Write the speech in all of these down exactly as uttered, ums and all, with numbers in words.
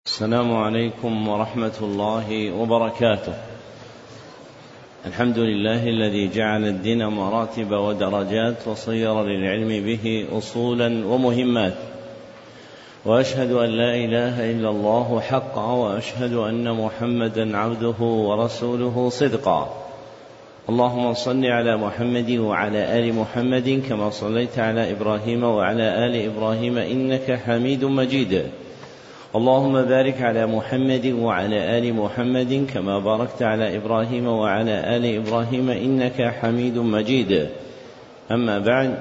السلام عليكم ورحمة الله وبركاته. الحمد لله الذي جعل الدين مراتب ودرجات وصير للعلم به أصولا ومهمات، وأشهد أن لا إله إلا الله حقا، وأشهد أن محمدا عبده ورسوله صدقا. اللهم صل على محمد وعلى آل محمد كما صليت على إبراهيم وعلى آل إبراهيم إنك حميد مجيد. اللهم بارك على محمد وعلى آل محمد كما باركت على إبراهيم وعلى آل إبراهيم إنك حميد مجيد. أما بعد،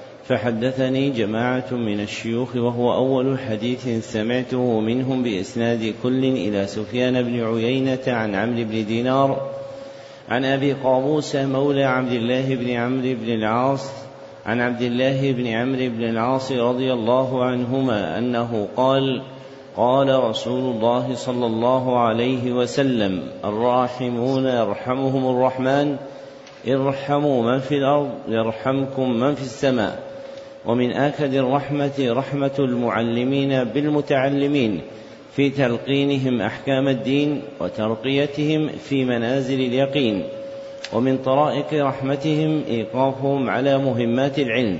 فحدثني جماعة من الشيوخ، وهو أول حديث سمعته منهم بإسناد كل إلى سفيان بن عيينة عن عمرو بن دينار عن أبي قابوس مولى عبد الله بن عمرو بن العاص عن عبد الله بن عمرو بن العاص رضي الله عنهما أنه قال: قال رسول الله صلى الله عليه وسلم: الراحمون يرحمهم الرحمن، ارحموا من في الأرض يرحمكم من في السماء. ومن آكد الرحمة رحمة المعلمين بالمتعلمين في تلقينهم أحكام الدين وترقيتهم في منازل اليقين. ومن طرائق رحمتهم إيقافهم على مهمات العلم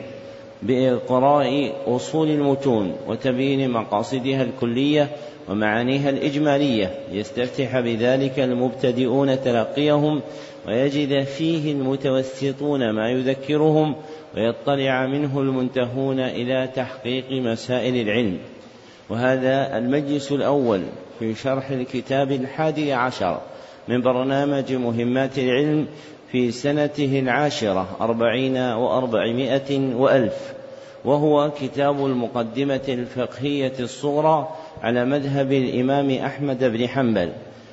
بإقراء أصول المتون وتبيين مقاصدها الكلية ومعانيها الإجمالية، ليستفتح بذلك المبتدئون تلقيهم، ويجد فيه المتوسطون ما يذكرهم، ويطلع منه المنتهون إلى تحقيق مسائل العلم. وهذا المجلس الأول في شرح الكتاب الحادي عشر من برنامج مهمات العلم في سنته العاشرة أربعين وأربعمائة وألف، وهو كتاب المقدمة الفقهية الصغرى على مذهب الإمام أحمد بن حنبل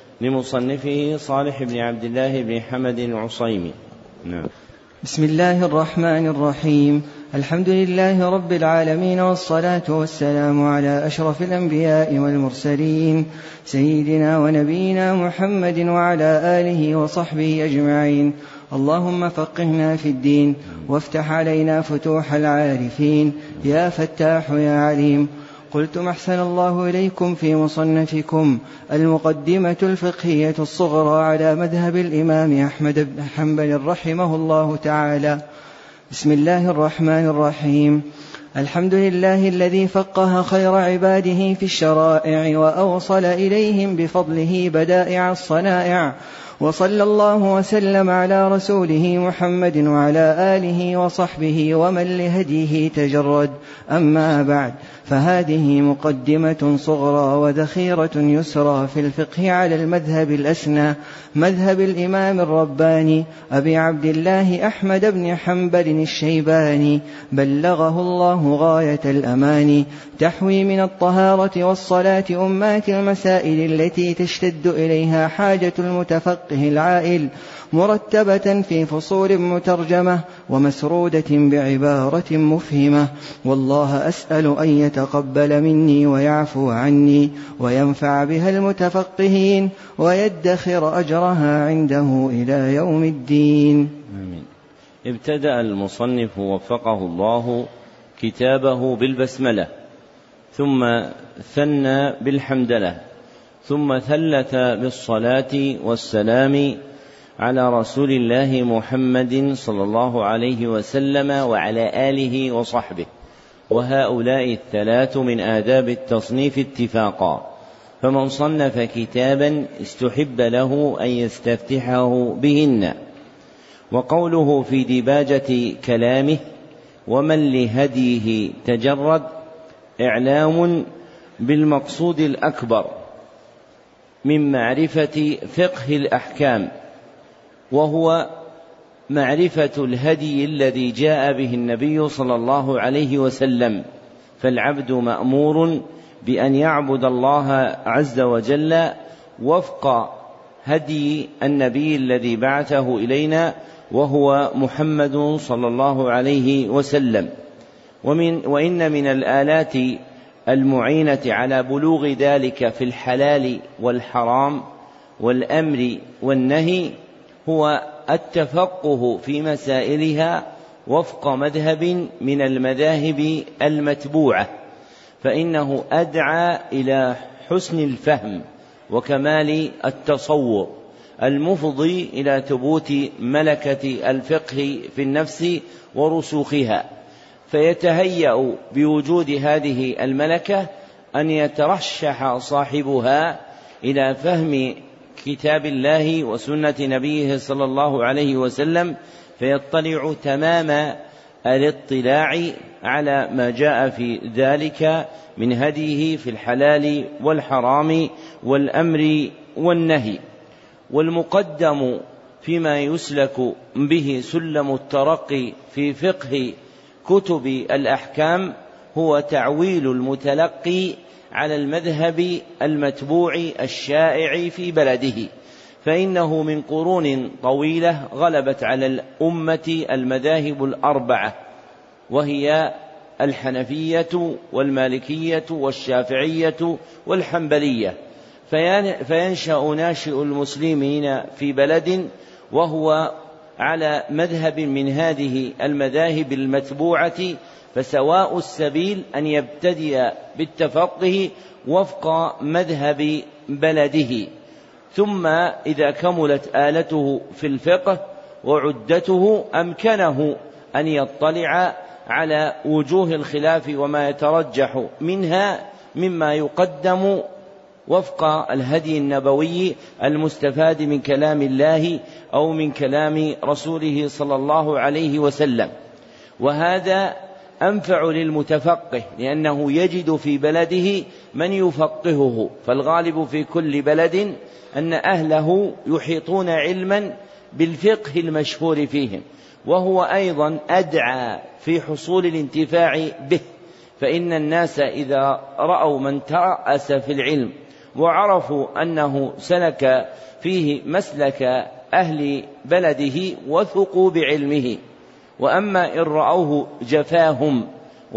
لمصنفه صالح بن عبد الله بن حمد العصيمي. نعم. بسم الله الرحمن الرحيم. الحمد لله رب العالمين، والصلاة والسلام على أشرف الأنبياء والمرسلين، سيدنا ونبينا محمد وعلى آله وصحبه أجمعين. اللهم فقهنا في الدين، وافتح علينا فتوح العارفين، يا فتاح يا عليم. قلتم أحسن الله إليكم في مصنفكم المقدمة الفقهية الصغرى على مذهب الإمام أحمد بن حنبل رحمه الله تعالى. بسم الله الرحمن الرحيم. الحمد لله الذي فقه خير عباده في الشرائع، وأوصل إليهم بفضله بدائع الصنائع، وصلى الله وسلم على رسوله محمد وعلى آله وصحبه ومن لهديه تجرد. أما بعد، فهذه مقدمة صغرى وذخيرة يسرى في الفقه على المذهب الأسنى، مذهب الإمام الرباني أبي عبد الله أحمد بن حنبل الشيباني، بلغه الله غاية الأمان، تحوي من الطهارة والصلاة أمات المسائل التي تشتد إليها حاجة المتفقه العائل، مرتبة في فصول مترجمة ومسرودة بعبارة مفهمة. والله أسأل أن يتقبل مني ويعفو عني، وينفع بها المتفقهين، ويدخر أجرها عنده إلى يوم الدين. آمين. ابتدأ المصنف وفقه الله كتابه بالبسملة، ثم ثنى بالحمدلة، ثم ثلث بالصلاة والسلام على رسول الله محمد صلى الله عليه وسلم وعلى آله وصحبه. وهؤلاء الثلاث من آداب التصنيف اتفاقا، فمن صنف كتابا استحب له أن يستفتحه بهن. وقوله في ديباجة كلامه: ومن لهديه تجرد، إعلام بالمقصود الأكبر من معرفة فقه الأحكام، وهو معرفة الهدي الذي جاء به النبي صلى الله عليه وسلم. فالعبد مأمور بأن يعبد الله عز وجل وفق هدي النبي الذي بعثه إلينا، وهو محمد صلى الله عليه وسلم. ومن وإن من الآلات المعينة على بلوغ ذلك في الحلال والحرام والأمر والنهي هو التفقه في مسائلها وفق مذهب من المذاهب المتبوعة، فإنه أدعى إلى حسن الفهم وكمال التصور المفضي إلى ثبوت ملكة الفقه في النفس ورسوخها، فيتهيأ بوجود هذه الملكة أن يترشح صاحبها إلى فهم كتاب الله وسنة نبيه صلى الله عليه وسلم، فيطلع تمام الاطلاع على ما جاء في ذلك من هديه في الحلال والحرام والأمر والنهي. والمقدم فيما يسلك به سلم الترقي في فقه كتب الأحكام هو تعويل المتلقي على المذهب المتبوع الشائع في بلده، فإنه من قرون طويلة غلبت على الأمة المذاهب الأربعة، وهي الحنفية والمالكية والشافعية والحنبلية، فينشأ ناشئ المسلمين في بلد وهو على مذهب من هذه المذاهب المتبوعة، فسواء السبيل أن يبتدئ بالتفقه وفق مذهب بلده، ثم إذا كملت آلته في الفقه وعدته أمكنه أن يطلع على وجوه الخلاف وما يترجح منها مما يقدم وفق الهدي النبوي المستفاد من كلام الله أو من كلام رسوله صلى الله عليه وسلم. وهذا أنفع للمتفقه لأنه يجد في بلده من يفقهه، فالغالب في كل بلد أن أهله يحيطون علما بالفقه المشهور فيهم، وهو أيضا أدعى في حصول الانتفاع به، فإن الناس إذا رأوا من ترأس في العلم وعرفوا أنه سلك فيه مسلك أهل بلده وثقوا بعلمه، وأما إن رأوه جفاهم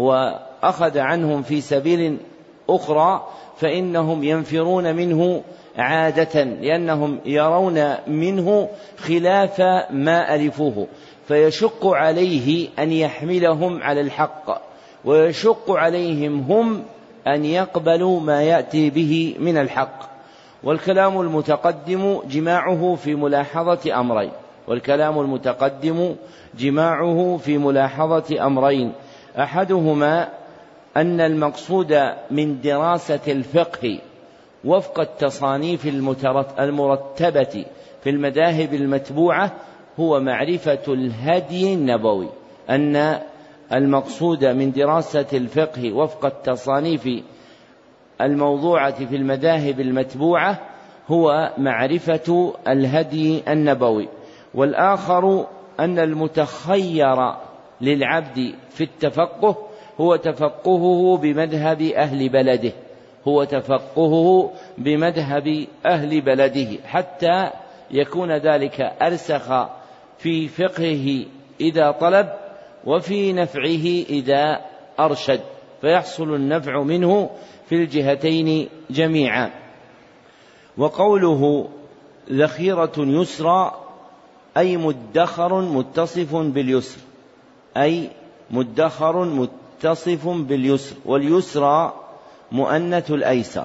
وأخذ عنهم في سبيل أخرى فإنهم ينفرون منه عادة، لأنهم يرون منه خلاف ما ألفوه، فيشق عليه أن يحملهم على الحق، ويشق عليهم هم أن يقبلوا ما يأتي به من الحق. والكلام المتقدم جماعه في ملاحظة أمرين والكلام المتقدم جماعه في ملاحظة أمرين أحدهما أن المقصود من دراسة الفقه وفق التصانيف المرتبة في المذاهب المتبوعة هو معرفة الهدي النبوي، أن المقصود من دراسة الفقه وفق التصانيف الموضوعة في المذاهب المتبوعة هو معرفة الهدي النبوي. والآخر أن المتخير للعبد في التفقه هو تفقهه بمذهب أهل بلده هو تفقهه بمذهب أهل بلده حتى يكون ذلك أرسخ في فقهه إذا طلب وفي نفعه إذا أرشد، فيحصل النفع منه في الجهتين جميعا. وقوله ذخيرة يسرى أي مدخر متصف باليسر أي مدخر متصف باليسر واليسرى مؤنث الأيسر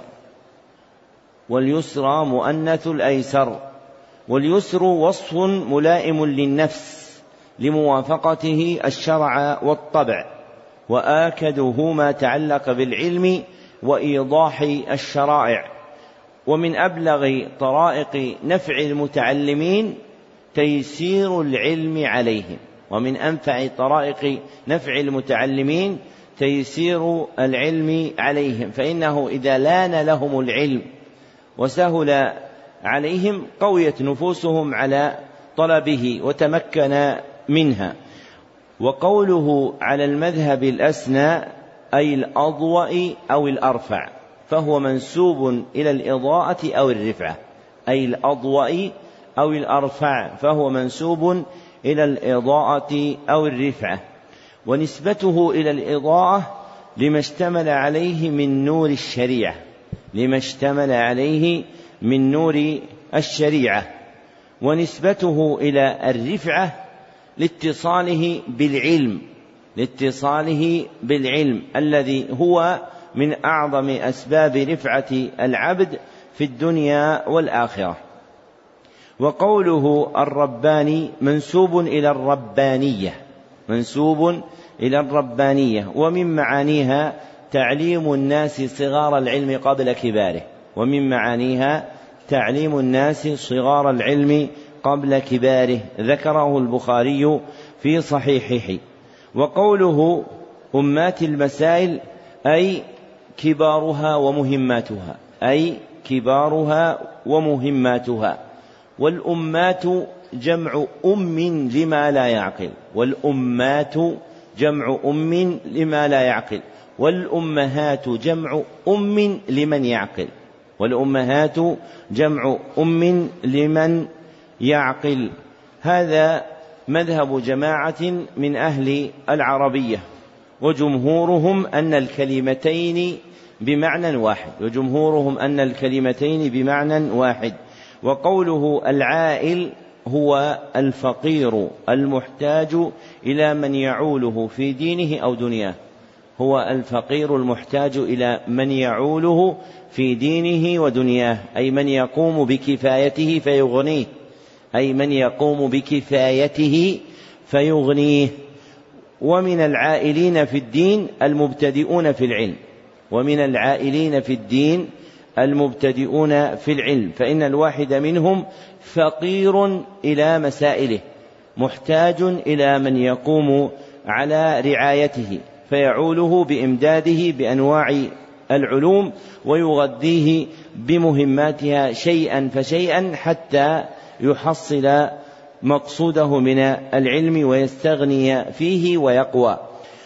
واليسرى مؤنث الأيسر واليسر وصف ملائم للنفس لموافقته الشرع والطبع، وآكده ما تعلق بالعلم وإيضاح الشرائع. ومن أبلغ طرائق نفع المتعلمين تيسير العلم عليهم ومن أنفع طرائق نفع المتعلمين تيسير العلم عليهم، فإنه إذا لان لهم العلم وسهل عليهم قويت نفوسهم على طلبه وتمكن منها. وقوله على المذهب الأسنى أي الأضوأ أو الأرفع، فهو منسوب إلى الإضاءة أو الرفعة أي الأضوأ أو الأرفع فهو منسوب إلى الإضاءة أو الرفعة، ونسبته إلى الإضاءة لما اشتمل عليه من نور الشريعة لما اشتمل عليه من نور الشريعة ونسبته إلى الرفعة لاتصاله بالعلم لاتصاله بالعلم الذي هو من أعظم أسباب رفعة العبد في الدنيا والآخرة. وقوله الرباني منسوب إلى الربانية منسوب إلى الربانية ومن معانيها تعليم الناس صغار العلم قبل كباره ومن معانيها تعليم الناس صغار العلم قبل كباره، ذكره البخاري في صحيحه. وقوله أمات المسائل أي كبارها ومهماتها أي كبارها ومهماتها. والأمات جمع أم لما لا يعقل والأمات جمع أم لما لا يعقل والأمهات جمع أم لمن يعقل والأمهات جمع أم لمن يعقل. هذا مذهب جماعة من أهل العربية، وجمهورهم أن الكلمتين بمعنى واحد وجمهورهم أن الكلمتين بمعنى واحد. وقوله العائل هو الفقير المحتاج إلى من يعوله في دينه أو دنياه هو الفقير المحتاج إلى من يعوله في دينه ودنياه أي من يقوم بكفايته فيغنيه أي من يقوم بكفايته فيغنيه. ومن العائلين في الدين المبتدئون في العلم ومن العائلين في الدين المبتدئون في العلم فإن الواحد منهم فقير إلى مسائله محتاج إلى من يقوم على رعايته فيعوله بإمداده بأنواع العلوم ويغذيه بمهماتها شيئا فشيئا حتى يحصل مقصوده من العلم ويستغني فيه ويقوى.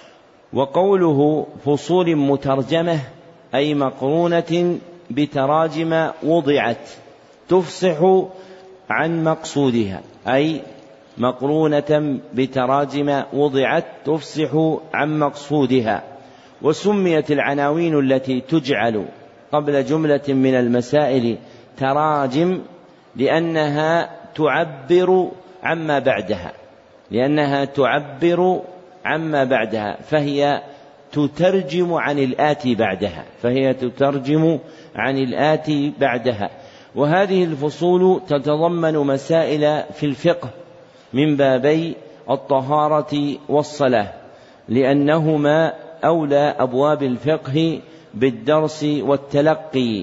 وقوله فصول مترجمة أي مقرونة بتراجم وضعت تفصح عن مقصودها أي مقرونة بتراجم وضعت تفصح عن مقصودها. وسميت العناوين التي تجعل قبل جملة من المسائل تراجم لأنها تعبر عما بعدها لأنها تعبر عما بعدها فهي تترجم عن الآتي بعدها فهي تترجم عن الآتي بعدها. وهذه الفصول تتضمن مسائل في الفقه من بابي الطهارة والصلاة لأنهما أولى أبواب الفقه بالدرس والتلقي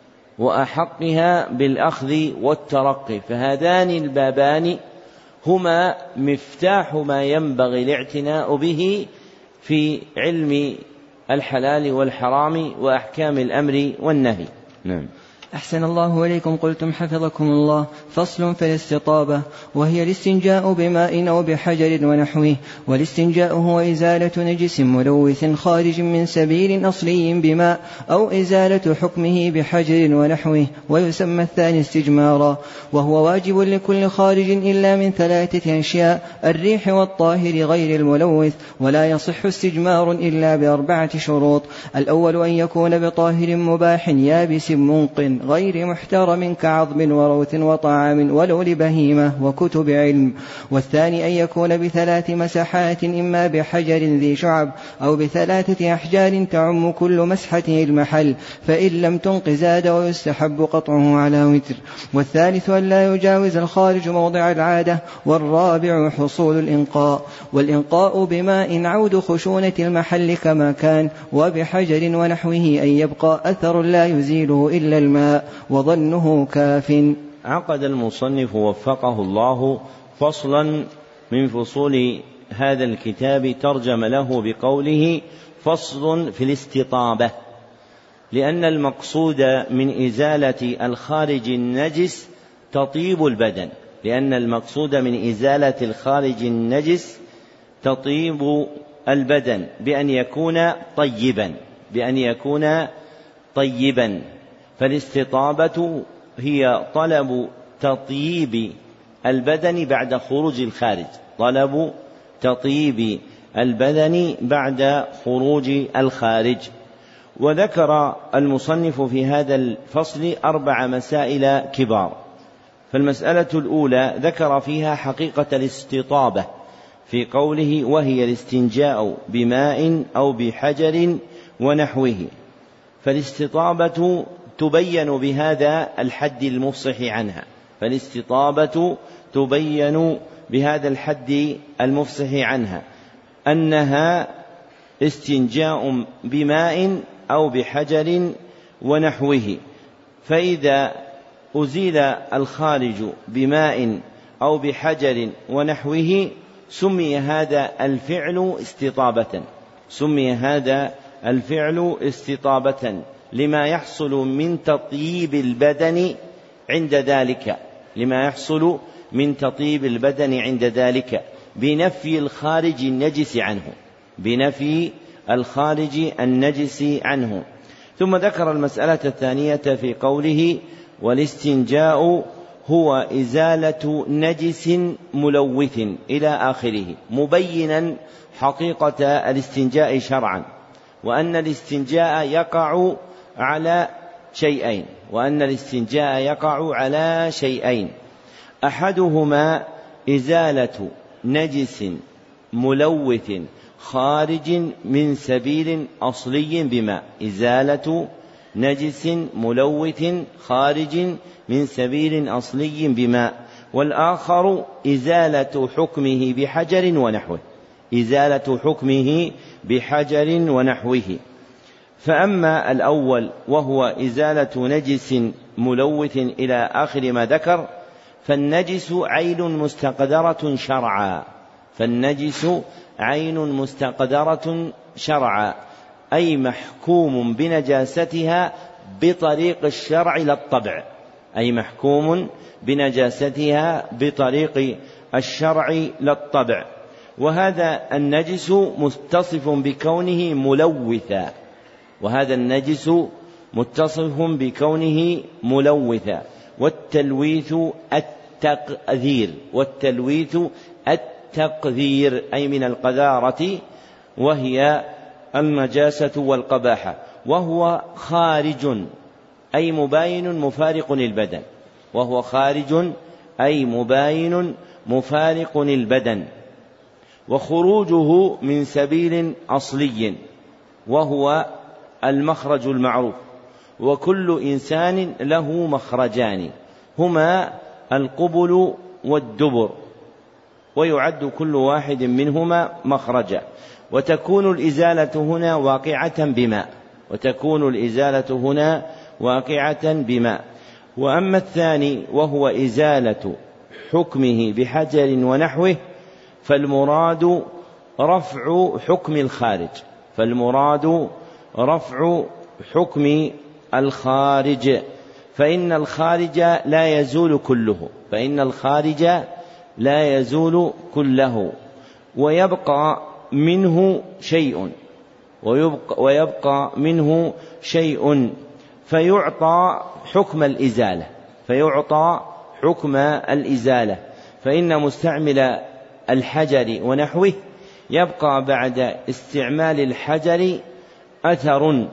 وأحقها بالأخذ والترقي فهذان البابان هما مفتاح ما ينبغي الاعتناء به في علم الحلال والحرام وأحكام الأمر والنهي. نعم. أحسن الله إليكم. قلتم حفظكم الله. فصل في الاستطابة وهي الاستنجاء بماء أو بحجر ونحوه. والاستنجاء هو إزالة نجس ملوث خارج من سبيل أصلي بماء أو إزالة حكمه بحجر ونحوه ويسمى الثاني استجمارا. وهو واجب لكل خارج إلا من ثلاثة أشياء الريح والطاهر غير الملوث ولا يصح استجمار إلا بأربعة شروط. الأول أن يكون بطاهر مباح يابس منق غير محترم كعظم وروث وطعام ولو لبهيمة وكتب علم. والثاني أن يكون بثلاث مسحات إما بحجر ذي شعب أو بثلاثة أحجار تعم كل مسحة المحل فإن لم تنق زاد ويستحب قطعه على وتر. والثالث أن لا يجاوز الخارج موضع العادة. والرابع حصول الإنقاء والإنقاء بماء عود خشونة المحل كما كان وبحجر ونحوه أن يبقى أثر لا يزيله إلا الماء وظنه كاف. عقد المصنف وفقه الله فصلا من فصول هذا الكتاب ترجم له بقوله فصل في الاستطابة لأن المقصود من إزالة الخارج النجس تطيب البدن لأن المقصود من إزالة الخارج النجس تطيب البدن بأن يكون طيبا بأن يكون طيبا. فالاستطابة هي طلب تطيب البدن بعد خروج الخارج طلب تطيب البدن بعد خروج الخارج. وذكر المصنف في هذا الفصل أربع مسائل كبار. فالمسألة الأولى ذكر فيها حقيقة الاستطابة في قوله وهي الاستنجاء بماء أو بحجر ونحوه فالاستطابة تبين بهذا الحد المفصح عنها فالاستطابة تبين بهذا الحد المفصح عنها أنها استنجاء بماء أو بحجر ونحوه. فإذا أزيل الخارج بماء أو بحجر ونحوه سمي هذا الفعل استطابة سمي هذا الفعل استطابة لما يحصل من تطيب البدن عند ذلك لما يحصل من تطيب البدن عند ذلك بنفي الخارج النجس عنه بنفي الخارج النجس عنه. ثم ذكر المسألة الثانية في قوله والاستنجاء هو إزالة نجس ملوث إلى آخره، مبينا حقيقة الاستنجاء شرعا، وأن الاستنجاء يقع على شيئين وأن الاستنجاء يقع على شيئين أحدهما إزالة نجس ملوث خارج من سبيل أصلي بماء إزالة نجس ملوث خارج من سبيل أصلي بماء، والآخر إزالة حكمه بحجر ونحوه إزالة حكمه بحجر ونحوه. فأما الأول وهو إزالة نجس ملوث إلى آخر ما ذكر فالنجس عين مستقدرة شرعا فالنجس عين مستقدرة شرعا أي محكوم بنجاستها بطريق الشرع لا الطبع أي محكوم بنجاستها بطريق الشرع لا الطبع. وهذا النجس متصف بكونه ملوثا وهذا النجس متصف بكونه ملوثا والتلويث التقذير والتلويث التقذير أي من القذارة وهي النجاسة والقباحة، وهو خارج أي مباين مفارق للبدن وهو خارج أي مباين مفارق للبدن وخروجه من سبيل أصلي وهو المخرج المعروف، وكل إنسان له مخرجان هما القبل والدبر ويعد كل واحد منهما مخرجا، وتكون الإزالة هنا واقعة بماء وتكون الإزالة هنا واقعة بماء. وأما الثاني وهو إزالة حكمه بحجر ونحوه فالمراد رفع حكم الخارج فالمراد رفع حكم الخارج فإن الخارج لا يزول كله فإن الخارج لا يزول كله ويبقى منه شيء ويبقى, ويبقى منه شيء فيعطى حكم الإزالة فيعطى حكم الإزالة فإن مستعمل الحجر ونحوه يبقى بعد استعمال الحجر أثر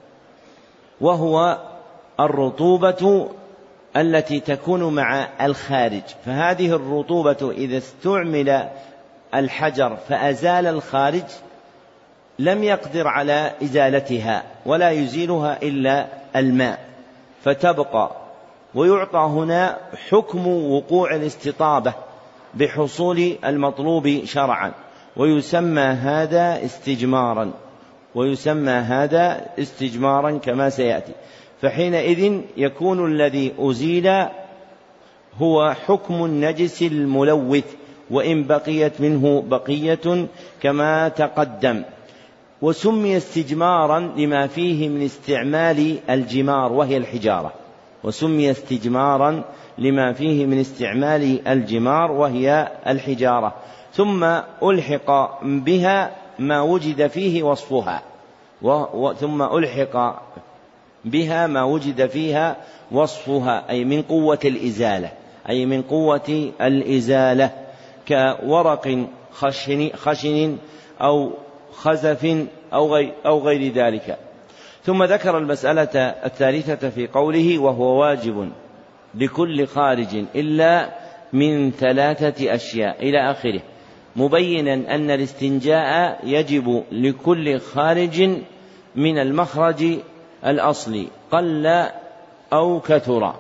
وهو الرطوبة التي تكون مع الخارج، فهذه الرطوبة إذا استعمل الحجر فأزال الخارج لم يقدر على إزالتها ولا يزيلها إلا الماء فتبقى، ويعطى هنا حكم وقوع الاستطابة بحصول المطلوب شرعا ويسمى هذا استجمارا ويسمى هذا استجمارا كما سيأتي. فحينئذ يكون الذي أزيل هو حكم النجس الملوث وإن بقيت منه بقية كما تقدم، وسمي استجمارا لما فيه من استعمال الجمار وهي الحجارة وسمي استجمارا لما فيه من استعمال الجمار وهي الحجارة ثم ألحق بها ما وجد فيه وصفها و... ثم ألحق بها ما وجد فيها وصفها أي من قوة الإزالة أي من قوة الإزالة كورق خشن, خشن أو خزف أو غير, أو غير ذلك. ثم ذكر المسألة الثالثة في قوله وهو واجب لكل خارج إلا من ثلاثة أشياء إلى آخره، مبينا أن الاستنجاء يجب لكل خارج من المخرج الأصل قل أو كثر،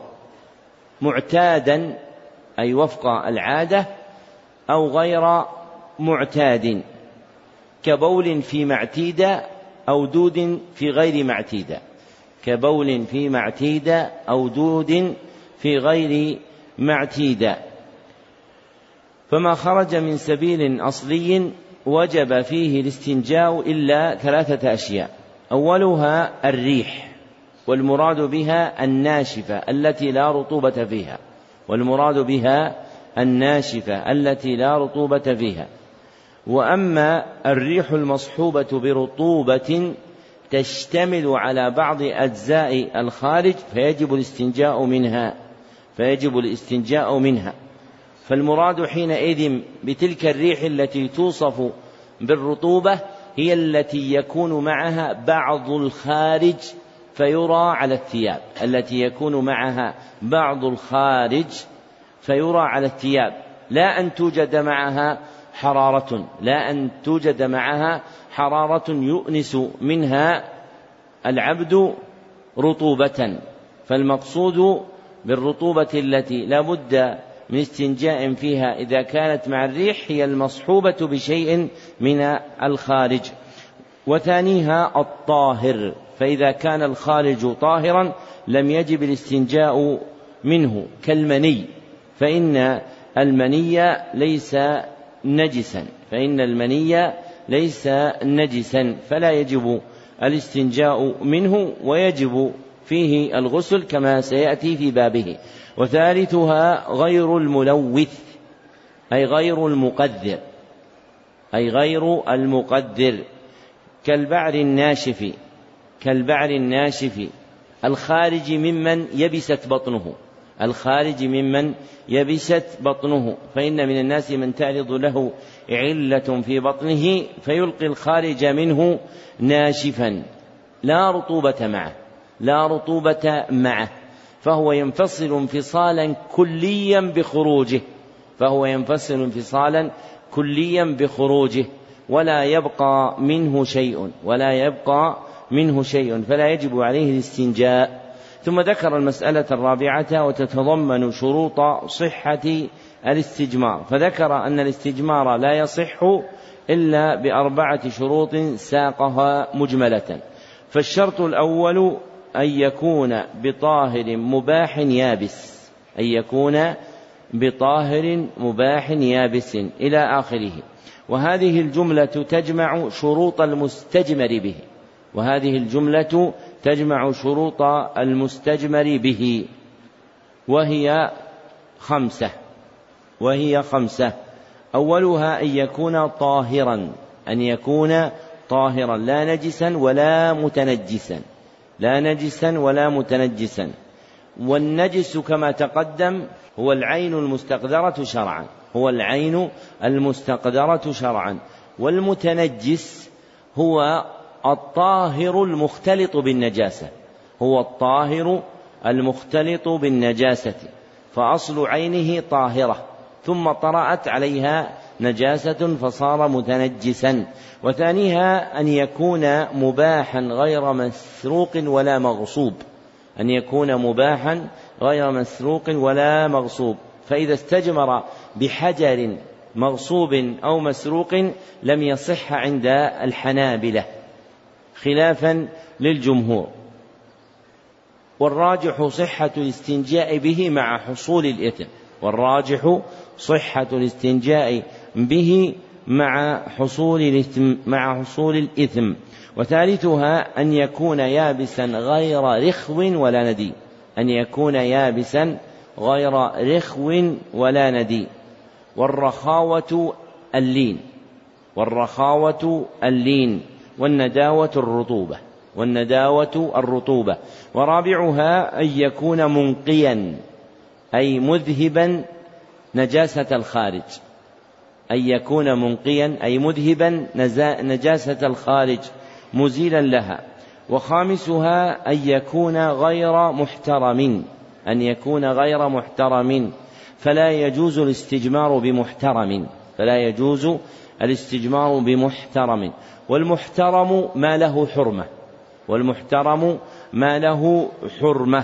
معتادا أي وفق العادة أو غير معتاد، كبول في معتيدة أو دود في غير معتيدة، كبول في معتيدة أو دود في غير معتيدة. فما خرج من سبيل أصلي وجب فيه الاستنجاء إلا ثلاثة أشياء: أولها الريح، والمراد بها الناشفة التي لا رطوبة فيها، والمراد بها الناشفة التي لا رطوبة فيها. وأما الريح المصحوبة برطوبة تشتمل على بعض أجزاء الخارج فيجب الاستنجاء منها فيجب الاستنجاء منها فالمراد حينئذ بتلك الريح التي توصف بالرطوبة هي التي يكون معها بعض الخارج فيرى على الثياب، التي يكون معها بعض الخارج فيرى على الثياب، لا أن توجد معها حرارة لا أن توجد معها حرارة يؤنس منها العبد رطوبة. فالمقصود بالرطوبة التي لا بد من استنجاء فيها إذا كانت مع الريح هي المصحوبة بشيء من الخارج. وثانيها الطاهر، فإذا كان الخارج طاهرا لم يجب الاستنجاء منه، كالمني، فإن المني ليس نجسا فإن المني ليس نجسا فلا يجب الاستنجاء منه، ويجب فيه الغسل كما سيأتي في بابه. وثالثها غير الملوث أي غير المقدر أي غير المقدر كالبعر الناشف كالبعر الناشف الخارج ممن يبست بطنه الخارج ممن يبست بطنه فإن من الناس من تعرض له علة في بطنه فيلقي الخارج منه ناشفا لا رطوبة معه لا رطوبة معه فهو ينفصل انفصالا كليا بخروجه فهو ينفصل انفصالا كليا بخروجه ولا يبقى منه شيء ولا يبقى منه شيء فلا يجب عليه الاستنجاء. ثم ذكر المسألة الرابعة وتتضمن شروط صحة الاستجمار، فذكر أن الاستجمار لا يصح إلا بأربعة شروط ساقها مجملة. فالشرط الأول أن يكون بطاهر مباح يابس أن يكون بطاهر مباح يابس إلى آخره. وهذه الجملة تجمع شروط المستجمر به وهذه الجملة تجمع شروط المستجمر به وهي خمسة وهي خمسة أولها أن يكون طاهرا أن يكون طاهرا لا نجسا ولا متنجسا لا نجسا ولا متنجسا. والنجس كما تقدم هو العين المستقدرة شرعا هو العين المستقدرة شرعا والمتنجس هو الطاهر المختلط بالنجاسة هو الطاهر المختلط بالنجاسة فأصل عينه طاهرة ثم طرأت عليها نجاسة فصار متنجسا. وثانيها أن يكون مباحا غير مسروق ولا مغصوب أن يكون مباحا غير مسروق ولا مغصوب فإذا استجمر بحجر مغصوب أو مسروق لم يصح عند الحنابلة خلافا للجمهور. والراجح صحة الاستنجاء به مع حصول الإثم والراجح صحة الاستنجاء به مع حصول الإثم مع حصول الإثم. وثالثها أن يكون يابسا غير رخو ولا ندي أن يكون يابسا غير رخو ولا ندي. والرخاوة اللين والرخاوة اللين والنداوة الرطوبة والنداوة الرطوبة. ورابعها أن يكون منقيا أي مذهبا نجاسة الخارج أن يكون منقيا أي مذهبا نجاسة الخارج مزيلا لها. وخامسها أن يكون غير محترم أن يكون غير محترم فلا يجوز الاستجمار بمحترم فلا يجوز الاستجمار بمحترم. والمحترم ما له حرمة والمحترم ما له حرمة،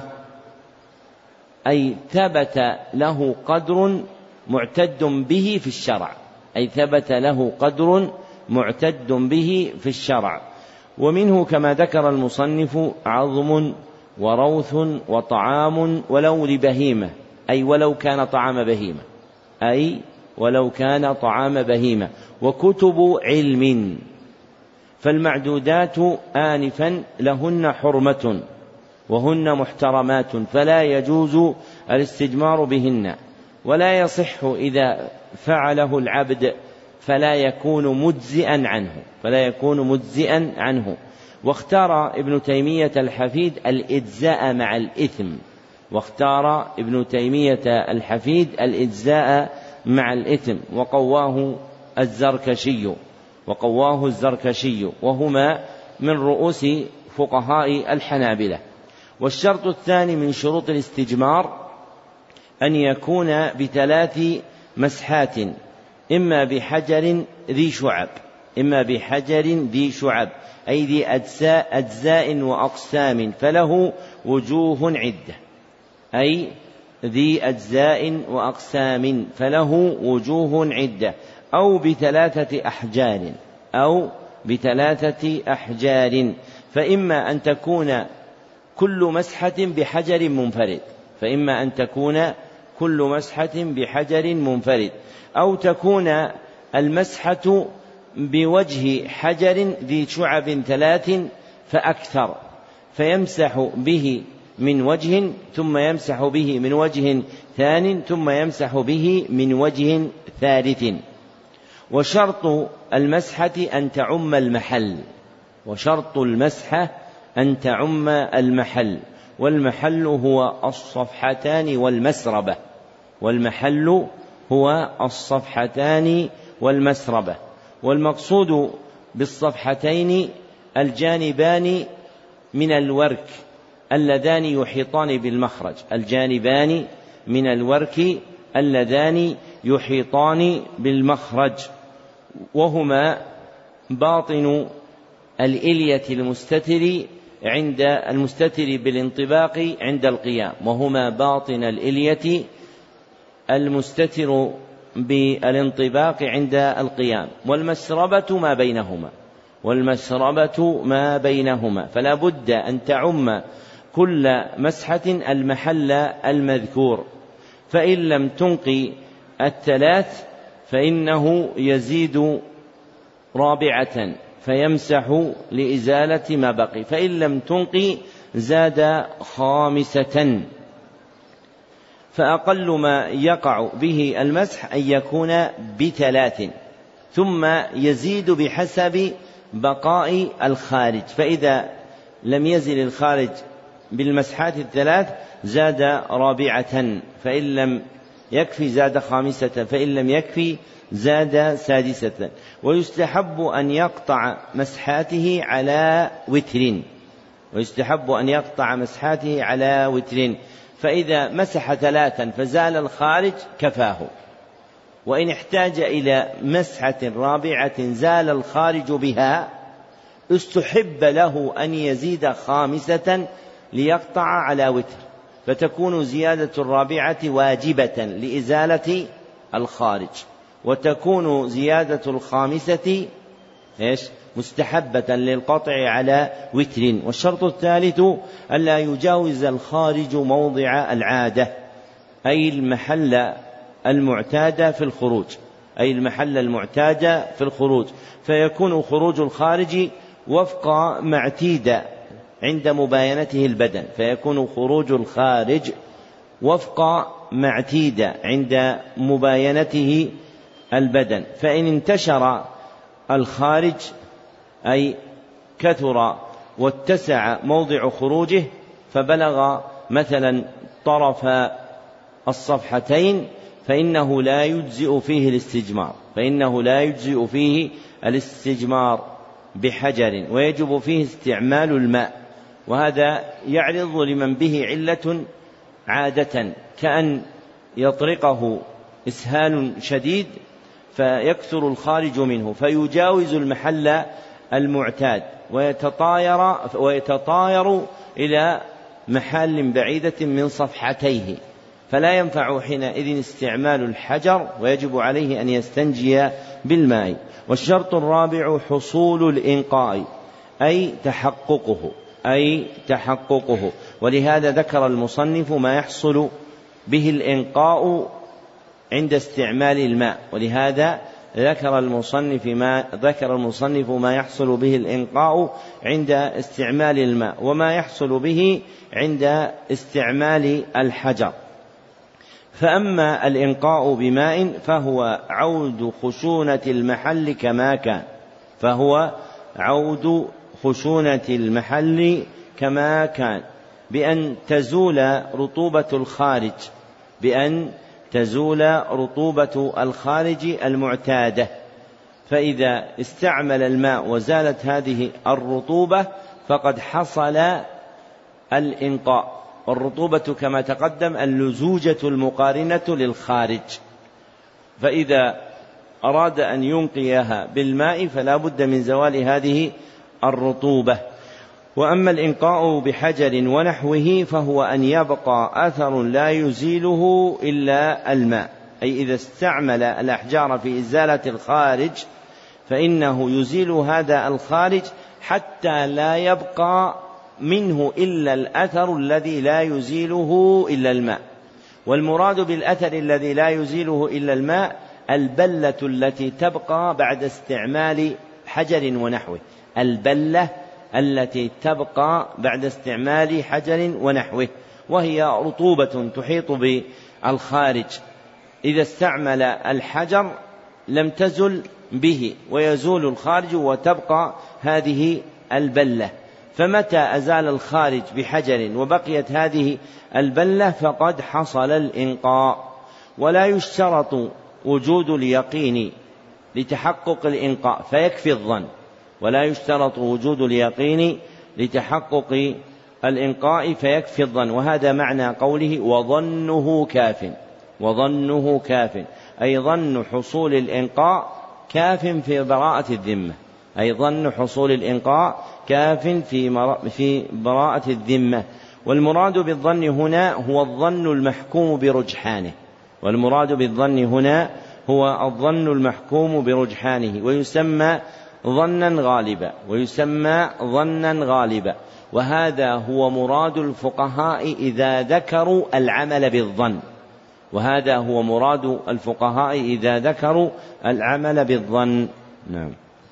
أي ثبت له قدر معتد به في الشرع، أي ثبت له قدر معتد به في الشرع. ومنه كما ذكر المصنف عظم وروث وطعام ولو لبهيمة، أي ولو كان طعام بهيمة، أي ولو كان طعام بهيمة، وكتب علم. فالمعدودات آنفا لهن حرمة وهن محترمات فلا يجوز الاستجمار بهن، ولا يصح إذا فعله العبد فلا يكون مجزئا عنه فلا يكون مجزئا عنه. واختار ابن تيمية الحفيد الإجزاء مع الإثم واختار ابن تيمية الحفيد الإجزاء مع الإثم وقواه الزركشي وقواه الزركشي وهما من رؤوس فقهاء الحنابلة. والشرط الثاني من شروط الاستجمار أن يكون بثلاث مسحات، إما بحجر ذي شعب إما بحجر ذي شعب أي ذي أجزاء, أجزاء وأقسام فله وجوه عدة أي ذي أجزاء وأقسام فله وجوه عدة، أو بثلاثة أحجار أو بثلاثة أحجار فإما أن تكون كل مسحة بحجر منفرد فإما أن تكون كل مسحة بحجر منفرد أو تكون المسحة بوجه حجر ذي شعب ثلاث فأكثر، فيمسح به من وجه ثم يمسح به من وجه ثان ثم يمسح به من وجه ثالث. وشرط المسحة أن تعم المحل وشرط المسحة أن تعم المحل والمحل هو الصفحتان والمسربة والمحل هو الصفحتان والمسربة والمقصود بالصفحتين الجانبان من الورك اللذان يحيطان بالمخرج الجانبان من الورك اللذان يحيطان بالمخرج وهما باطن الإلية المستتر عند المستتر بالانطباق عند القيام وهما باطن الإلية المستتر بالانطباق عند القيام والمسربة ما بينهما والمسربة ما بينهما فلا بد أن تعم كل مسحة المحل المذكور، فإن لم تنقي الثلاث فإنه يزيد رابعة فيمسح لإزالة ما بقي، فإن لم تنقي زاد خامسة. فأقل ما يقع به المسح أن يكون بثلاث ثم يزيد بحسب بقاء الخارج، فإذا لم يزل الخارج بالمسحات الثلاث زاد رابعة، فإن لم يكفي زاد خامسة، فإن لم يكفي زاد سادسة. ويستحب أن يقطع مسحاته على وتر ويستحب أن يقطع مسحاته على وتر فإذا مسح ثلاثا فزال الخارج كفاه، وإن احتاج إلى مسحة رابعة زال الخارج بها استحب له أن يزيد خامسة ليقطع على وتر، فتكون زيادة الرابعة واجبة لإزالة الخارج، وتكون زيادة الخامسة إيش؟ مستحبة للقطع على وتر. والشرط الثالث ألا يجاوز الخارج موضع العادة أي المحل المعتاد في الخروج أي المحل المعتاد في الخروج فيكون خروج الخارج وفق ما اعتيد عند مباينته البدن فيكون خروج الخارج وفق ما اعتيد عند مباينته البدن، فإن انتشر الخارج أي كثر واتسع موضع خروجه فبلغ مثلا طرف الصفحتين فإنه لا يجزئ فيه الاستجمار فإنه لا يجزئ فيه الاستجمار بحجر ويجب فيه استعمال الماء، وهذا يعرض لمن به علة عادة كأن يطرقه إسهال شديد فيكثر الخارج منه فيجاوز المحل المعتاد ويتطاير, ويتطاير إلى محل بعيدة من صفحتيه، فلا ينفع حينئذ استعمال الحجر ويجب عليه أن يستنجي بالماء. والشرط الرابع حصول الإنقاء أي تحققه أي تحققه ولهذا ذكر المصنف ما يحصل به الإنقاء عند استعمال الماء ولهذا ذكر المصنف ما ذكر المصنف ما يحصل به الإنقاء عند استعمال الماء وما يحصل به عند استعمال الحجر. فأما الإنقاء بماء فهو عود خشونة المحل كما كان فهو عود خشونة المحل كما كان بأن تزول رطوبة الخارج بأن تزول رطوبة الخارج المعتادة، فإذا استعمل الماء وزالت هذه الرطوبة فقد حصل الإنقاء. والرطوبة كما تقدم اللزوجة المقارنة للخارج، فإذا أراد أن ينقيها بالماء فلا بد من زوال هذه الرطوبة. وأما الإنقاء بحجر ونحوه فهو أن يبقى أثر لا يزيله إلا الماء، أي إذا استعمل الأحجار في إزالة الخارج فإنه يزيل هذا الخارج حتى لا يبقى منه إلا الأثر الذي لا يزيله إلا الماء. والمراد بالأثر الذي لا يزيله إلا الماء البلة التي تبقى بعد استعمال حجر ونحوه البلة التي تبقى بعد استعمال حجر ونحوه وهي رطوبة تحيط بالخارج، إذا استعمل الحجر لم تزل به ويزول الخارج وتبقى هذه البلة، فمتى أزال الخارج بحجر وبقيت هذه البلة فقد حصل الإنقاء. ولا يشترط وجود اليقين لتحقق الإنقاء فيكفي الظن ولا يشترط وجود اليقين لتحقق الإنقاء فيكفي الظن، وهذا معنى قوله وظنه كاف وظنه كاف أي ظن حصول الإنقاء كاف في براءة الذمة أي ظن حصول الإنقاء كاف في, في براءة الذمة. والمراد بالظن هنا هو الظن المحكوم برجحانه والمراد بالظن هنا هو الظن المحكوم برجحانه ويسمى ظنا غالبا ويسمى ظنا غالبا وهذا هو مراد الفقهاء إذا ذكروا العمل بالظن وهذا هو مراد الفقهاء إذا ذكروا العمل بالظن. نعم.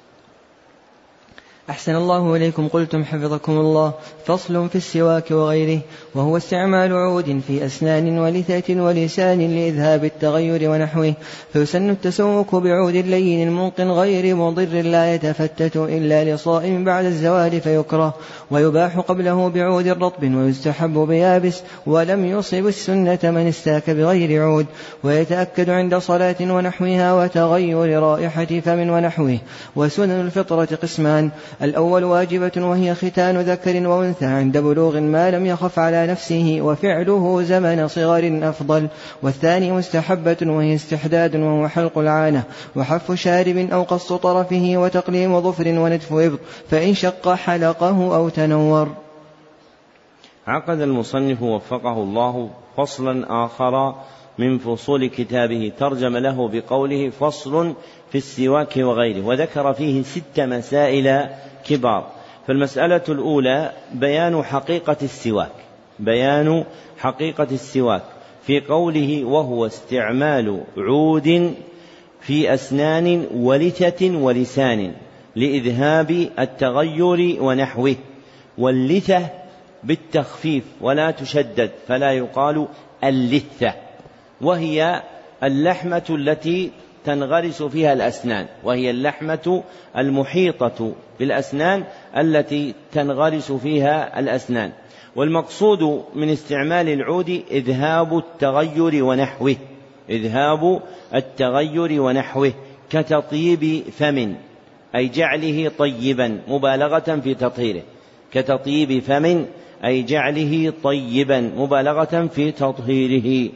أحسن الله إليكم. قلتم حفظكم الله. فصل في السواك وغيره، وهو استعمال عود في أسنان ولثة ولسان لإذهاب التغير ونحوه، فيسن التسوك بعود لين منقن غير مضر لا يتفتت إلا لصائم بعد الزوال فيكره، ويباح قبله بعود رطب ويستحب بيابس، ولم يصب السنة من استاك بغير عود، ويتأكد عند صلاة ونحوها وتغير رائحة فم ونحوه. وسنن الفطرة قسمان: الأول واجبة وهي ختان ذكر وأنثى عند بلوغ ما لم يخف على نفسه وفعله زمن صغر أفضل، والثاني مستحبة وهي استحداد وهو حلق العانة وحف شارب أو قص طرفه وتقليم ظفر ونتف إبط فإن شق حلقه أو تنور. عقد المصنف وفقه الله فصلا آخر من فصول كتابه ترجم له بقوله فصل في السواك وغيره، وذكر فيه ست مسائل كبار. فالمسألة الأولى بيان حقيقة السواك بيان حقيقة السواك في قوله وهو استعمال عود في أسنان ولثة ولسان لإذهاب التغير ونحوه، واللثة بالتخفيف ولا تشدد فلا يقال اللثة، وهي اللحمة التي تنغرس فيها الأسنان وهي اللحمة المحيطة بالأسنان التي تنغرس فيها الأسنان. والمقصود من استعمال العود إذهاب التغير ونحوه إذهاب التغير ونحوه كتطيب فم أي جعله طيبا مبالغة في تطهيره كتطيب فم أي جعله طيبا مبالغة في تطهيره.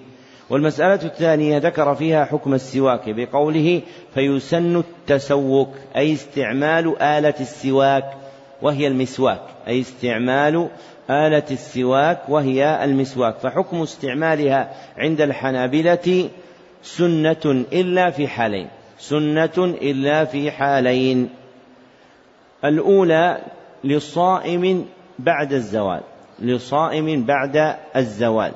والمسألة الثانية ذكر فيها حكم السواك بقوله فيسن التسوك، أي استعمال آلة السواك وهي المسواك، أي استعمال آلة السواك وهي المسواك. فحكم استعمالها عند الحنابلة سنة إلا في حالين، سنة إلا في حالين. الأولى للصائم بعد الزوال، لصائم بعد الزوال،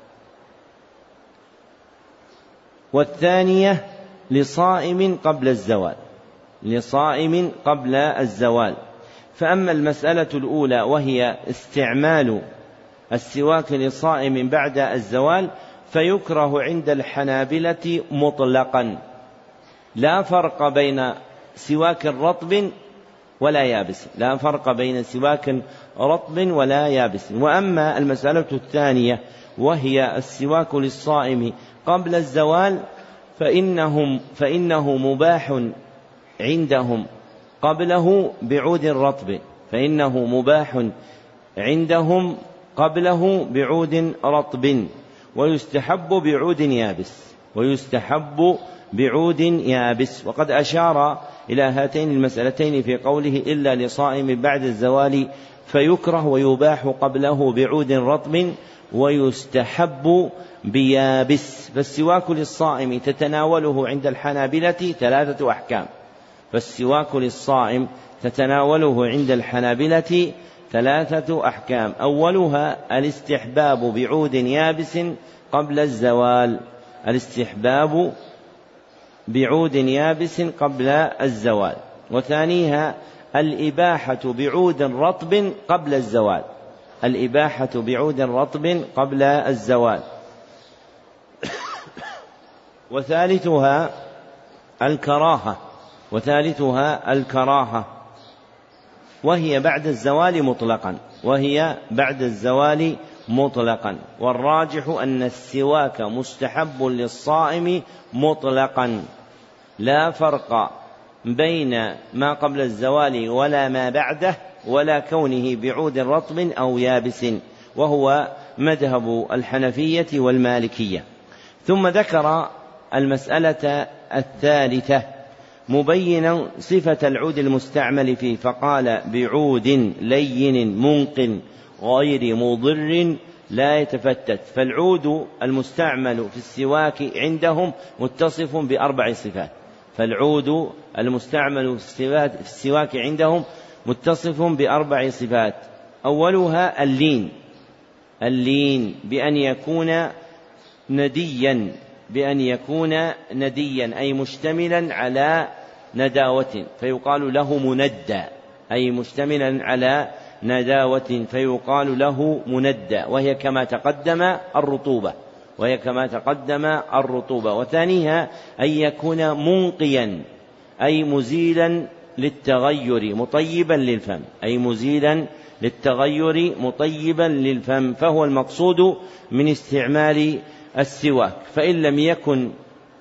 والثانية لصائم قبل الزوال، لصائم قبل الزوال. فأما المسألة الأولى وهي استعمال السواك لصائم بعد الزوال فيكره عند الحنابلة مطلقا، لا فرق بين سواك رطب ولا يابس، لا فرق بين سواك رطب ولا يابس. وأما المسألة الثانية وهي السواك للصائم قبل الزوال فإنهم فإنه مباح عندهم قبله بعود رطب، فإنه مباح عندهم قبله بعود رطب، ويستحب بعود يابس، ويستحب بعود يابس. وقد أشار إلى هاتين المسألتين في قوله إلا لصائم بعد الزوال فيكره ويباح قبله بعود رطب ويستحب بيابس. فالسواك للصائم تتناوله عند الحنابلة ثلاثة أحكام، فالسواك للصائم تتناوله عند الحنابلة ثلاثة أحكام. أولها الاستحباب بعود يابس قبل الزوال، الاستحباب بعود يابس قبل الزوال. وثانيها الإباحة بعود رطب قبل الزوال، الإباحة بعود رطب قبل الزوال. وثالثها الكراهة، وثالثها الكراهة وهي بعد الزوال مطلقا، وهي بعد الزوال مطلقا. والراجح أن السواك مستحب للصائم مطلقا، لا فرق بين ما قبل الزوال ولا ما بعده، ولا كونه بعود رطب أو يابس، وهو مذهب الحنفية والمالكية. ثم ذكر المسألة الثالثة مبينا صفة العود المستعمل فيه، فقال بعود لين منق غير مضر لا يتفتت. فالعود المستعمل في السواك عندهم متصف بأربع صفات، فالعود المستعمل في السواك عندهم متصف بأربع صفات. أولها اللين، اللين بأن يكون نديا، بأن يكون نديا أي مشتملا على نداوة فيقال له مندى، أي مشتملا على نداوة فيقال له مندى، وهي كما تقدم الرطوبة، وهي كما تقدم الرطوبة. وثانيها أن يكون منقيا أي مزيلا للتغير مطيبا للفم، أي مزيلا للتغير مطيبا للفم، فهو المقصود من استعمال السواك. فإن لم يكن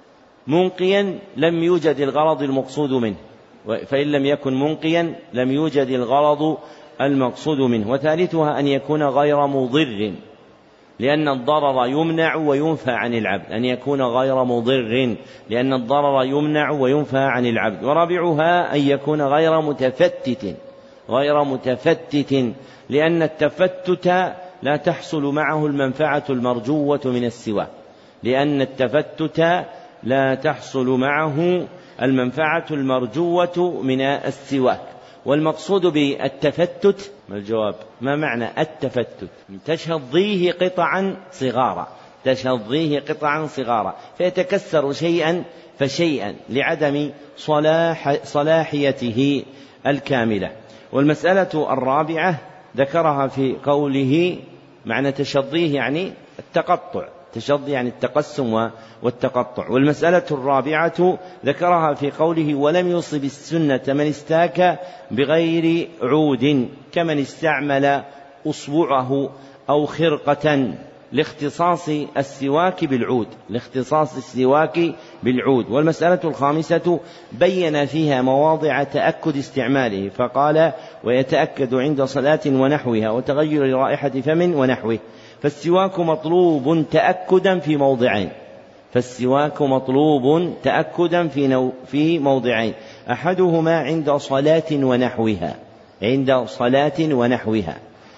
منقيا لم يوجد الغرض المقصود منه، فإن لم يكن منقيا لم يوجد الغرض المقصود منه. وثالثها أن يكون غير مضر، لأن الضرر يمنع وينفى عن العبد، أن يكون غير مضر لأن الضرر يمنع وينفى عن العبد. ورابعها أن يكون غير متفتت، غير متفتت لأن التفتت لا تحصل معه المنفعة المرجوة من السواك، لأن التفتت لا تحصل معه المنفعة المرجوة من السواك. والمقصود بالتفتت ما الجواب؟ ما معنى التفتت؟ تشظيه قطعا صغارا، تشظيه قطعا صغارا فيتكسر شيئا فشيئا لعدم صلاح صلاحيته الكاملة. والمسألة الرابعة ذكرها في قوله معنى تشظيه يعني التقطع، تشظي يعني التقسم والتقطع. والمسألة الرابعة ذكرها في قوله ولم يصب السنة من استاك بغير عود كمن استعمل أصبعه أو خرقة، لاختصاص السواك بالعود، لاختصاص السواك بالعود. والمسألة الخامسة بين فيها مواضع تأكد استعماله، فقال ويتأكد عند صلاة ونحوها وتغير رائحة فم ونحوه. فالسواك مطلوب تأكدا في موضعين فالسواك مطلوب تأكدا في, نو في موضعين أحدهما عند صلاة ونحوها عند صلاة ونحوها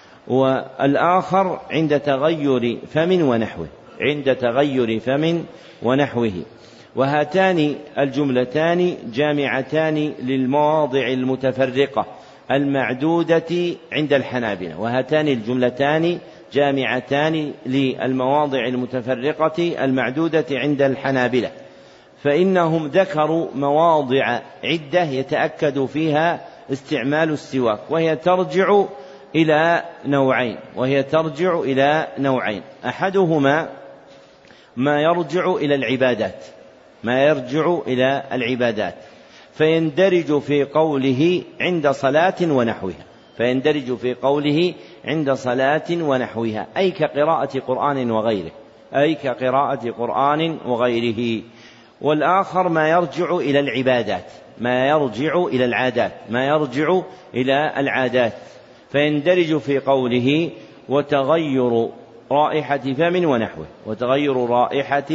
والآخر عند تغير فم ونحوه عند تغير فم ونحوه وهاتان الجملتان جامعتان للمواضع المتفرقة المعدودة عند الحنابلة وهاتان الجملتان جامعتان للمواضع المتفرقة المعدودة عند الحنابلة فإنهم ذكروا مواضع عدة يتأكد فيها استعمال السواك وهي ترجع إلى نوعين وهي ترجع إلى نوعين أحدهما ما يرجع إلى العبادات ما يرجع إلى العبادات فيندرج في قوله عند صلاة ونحوها فيندرج في قوله عند صلاة ونحوها أي كقراءة قرآن وغيره أي كقراءة قرآن وغيره والآخر ما يرجع إلى العبادات ما يرجع إلى العادات ما يرجع إلى العادات فيندرج في قوله وتغير رائحة فم ونحوه وتغير رائحة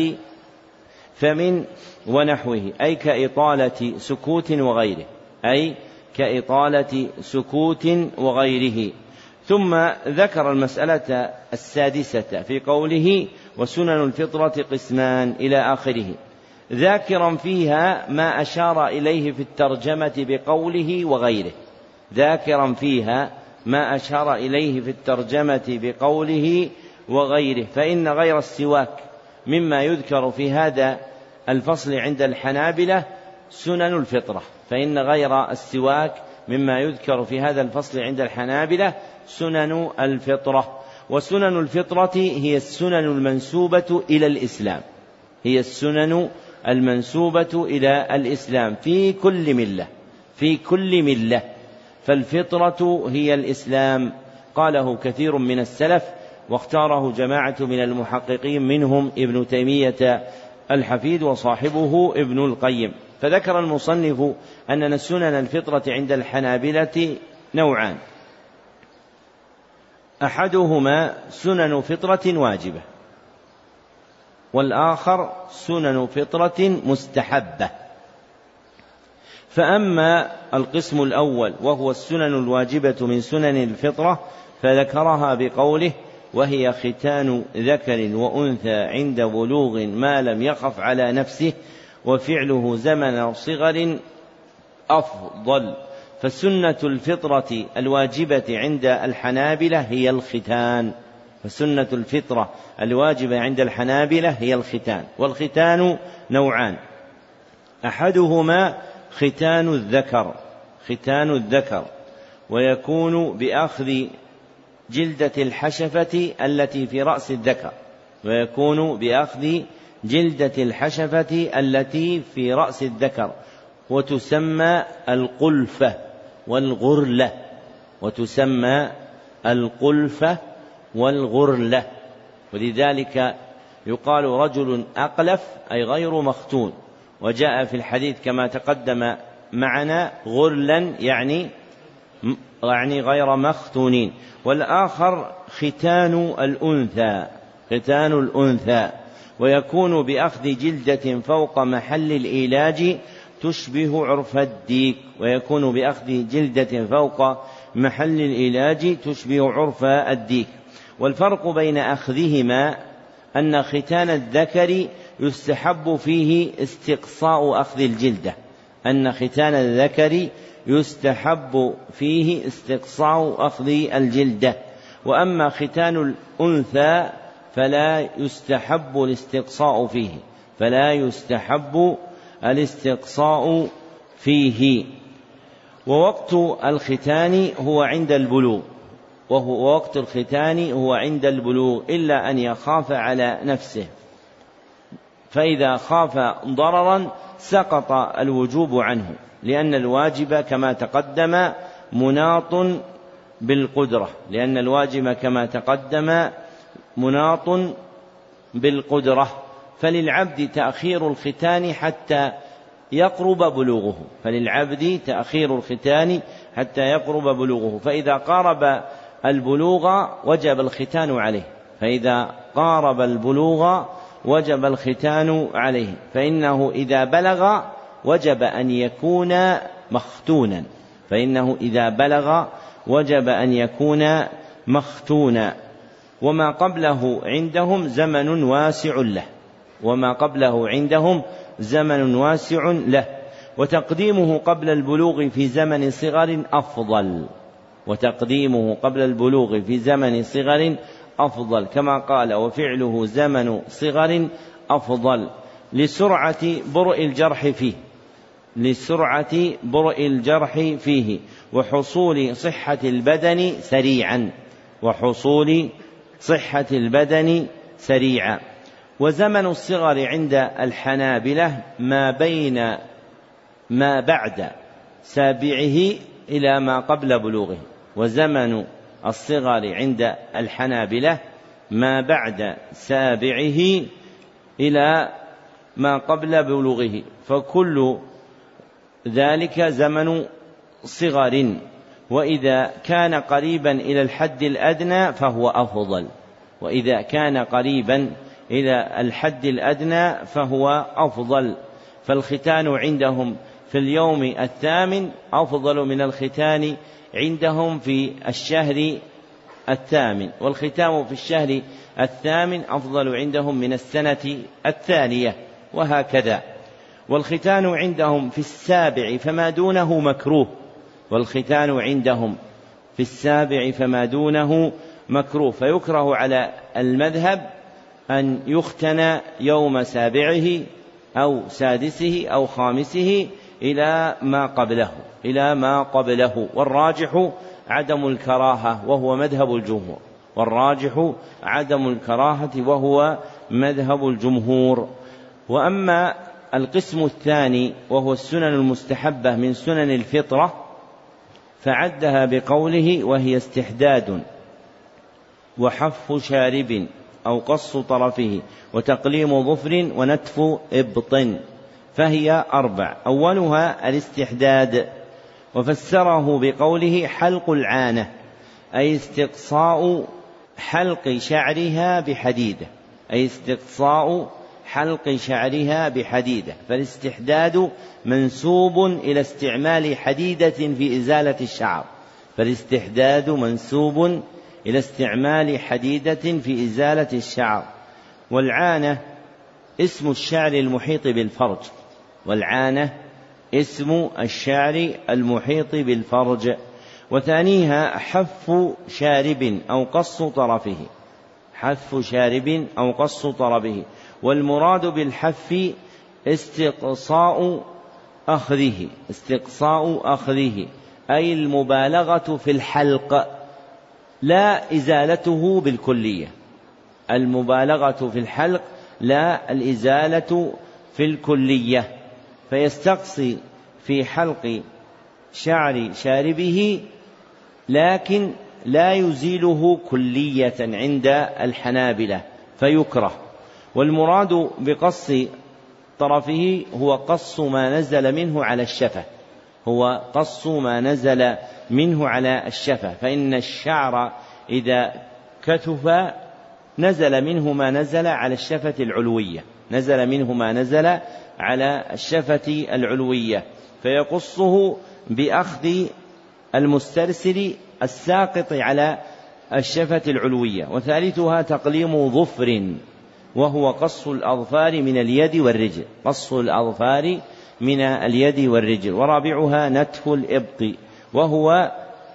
فم ونحوه أي كإطالة سكوت وغيره أي كإطالة سكوت وغيره ثم ذكر المسألة السادسة في قوله وسنن الفطرة قسمان إلى آخره ذاكرا فيها ما أشار إليه في الترجمة بقوله وغيره ذاكرا فيها ما أشار إليه في الترجمة بقوله وغيره فإن غير السواك مما يذكر في هذا الفصل عند الحنابلة سنن الفطرة فإن غير السواك مما يذكر في هذا الفصل عند الحنابلة سنن الفطرة وسنن الفطرة هي السنن المنسوبة إلى الإسلام هي السنن المنسوبة إلى الإسلام في كل ملة في كل ملة فالفطرة هي الإسلام قاله كثير من السلف واختاره جماعة من المحققين منهم ابن تيمية الحفيد وصاحبه ابن القيم فذكر المصنف أن سنن الفطرة عند الحنابلة نوعان أحدهما سنن فطرة واجبة والآخر سنن فطرة مستحبة فأما القسم الأول وهو السنن الواجبة من سنن الفطرة فذكرها بقوله وهي ختان ذكر وأنثى عند بلوغ ما لم يخف على نفسه وفعله زمن صغر أفضل فسنة الفطرة الواجبة عند الحنابلة هي الختان فسنة الفطرة الواجبة عند الحنابلة هي الختان والختان نوعان أحدهما ختان الذكر ختان الذكر ويكون بأخذ جلدة الحشفة التي في رأس الذكر ويكون بأخذ جلدة الحشفة التي في رأس الذكر وتسمى القلفة والغرلة وتسمى القلفة والغرلة ولذلك يقال رجل أقلف أي غير مختون وجاء في الحديث كما تقدم معنا غرلا يعني يعني غير مختونين والآخر ختان الأنثى ختان الأنثى ويكون بأخذ جلدة فوق محل الإيلاج تشبه عرف الديك ويكون بأخذ جلدة فوق محل الإيلاج تشبه عرف الديك والفرق بين أخذهما أن ختان الذكر يستحب فيه استقصاء أخذ الجلدة أن ختان الذكر يستحب فيه استقصاء أخذ الجلدة وأما ختان الأنثى فلا يستحب الاستقصاء فيه فلا يستحب الاستقصاء فيه ووقت الختان هو عند البلوغ وهو وقت الختان هو عند البلوغ إلا أن يخاف على نفسه فإذا خاف ضررا سقط الوجوب عنه لأن الواجب كما تقدم مناط بالقدرة لأن الواجب كما تقدم مناط بالقدرة فللعبد تأخير الختان حتى يقرب بلوغه فللعبد تأخير الختان حتى يقرب بلوغه فإذا قارب البلوغ وجب الختان عليه فإذا قارب البلوغ وجب الختان عليه، فإنه إذا بلغ وجب أن يكون مختونا فإنه إذا بلغ وجب أن يكون مختونا وما قبله عندهم زمن واسع له وما قبله عندهم زمن واسع له وتقديمه قبل البلوغ في زمن صغر أفضل وتقديمه قبل البلوغ في زمن صغر أفضل كما قال وفعله زمن صغر أفضل لسرعة برء الجرح فيه لسرعة برء الجرح فيه وحصول صحة البدن سريعا وحصول صحة البدن سريعا وزمن الصغر عند الحنابلة ما بين ما بعد سابعه إلى ما قبل بلوغه وزمن الصغر عند الحنابلة ما بعد سابعه إلى ما قبل بلوغه فكل ذلك زمن صغر وإذا كان قريبا إلى الحد الأدنى فهو أفضل وإذا كان قريبا إلى الحد الأدنى فهو أفضل فالختان عندهم في اليوم الثامن أفضل من الختان عندهم في الشهر الثامن والختام في الشهر الثامن أفضل عندهم من السنة الثانية وهكذا والختان عندهم في السابع فما دونه مكروه والختان عندهم في السابع فما دونه مكروه فيكره على المذهب أن يختن يوم سابعه أو سادسه أو خامسه إلى ما قبله إلى ما قبله والراجح عدم الكراهة وهو مذهب الجمهور والراجح عدم الكراهة وهو مذهب الجمهور وأما القسم الثاني وهو السنن المستحبة من سنن الفطرة فعدها بقوله وهي استحداد وحف شارب أو قص طرفه وتقليم ظفر ونتف إبط فهي أربع أولها الاستحداد وفسره بقوله حلق العانة أي استقصاء حلق شعرها بحديدة أي استقصاء حلق شعرها بحديدة فالاستحداد منسوب إلى استعمال حديدة في إزالة الشعر فالاستحداد منسوب إلى استعمال حديدة في إزالة الشعر والعانة اسم الشعر المحيط بالفرج والعانة اسم الشعر المحيط بالفرج وثانيها حف شارب أو قص طرفه حف شارب أو قص طرفه والمراد بالحف استقصاء أخذه استقصاء أخذه أي المبالغة في الحلق لا إزالته بالكلية المبالغة في الحلق لا الإزالة في الكلية فيستقصي في حلق شعر شاربه لكن لا يزيله كلية عند الحنابلة فيكره والمراد بقص طرفه هو قص ما نزل منه على الشفة هو قص ما نزل منه على الشفة فإن الشعر إذا كثف نزل منه ما نزل على الشفة العلوية نزل منه ما نزل على الشفة العلوية فيقصه بأخذ المسترسل الساقط على الشفة العلوية وثالثها تقليم ظفر وهو قص الأظفار من اليد والرجل قص الأظفار من اليد والرجل ورابعها نتف الإبط وهو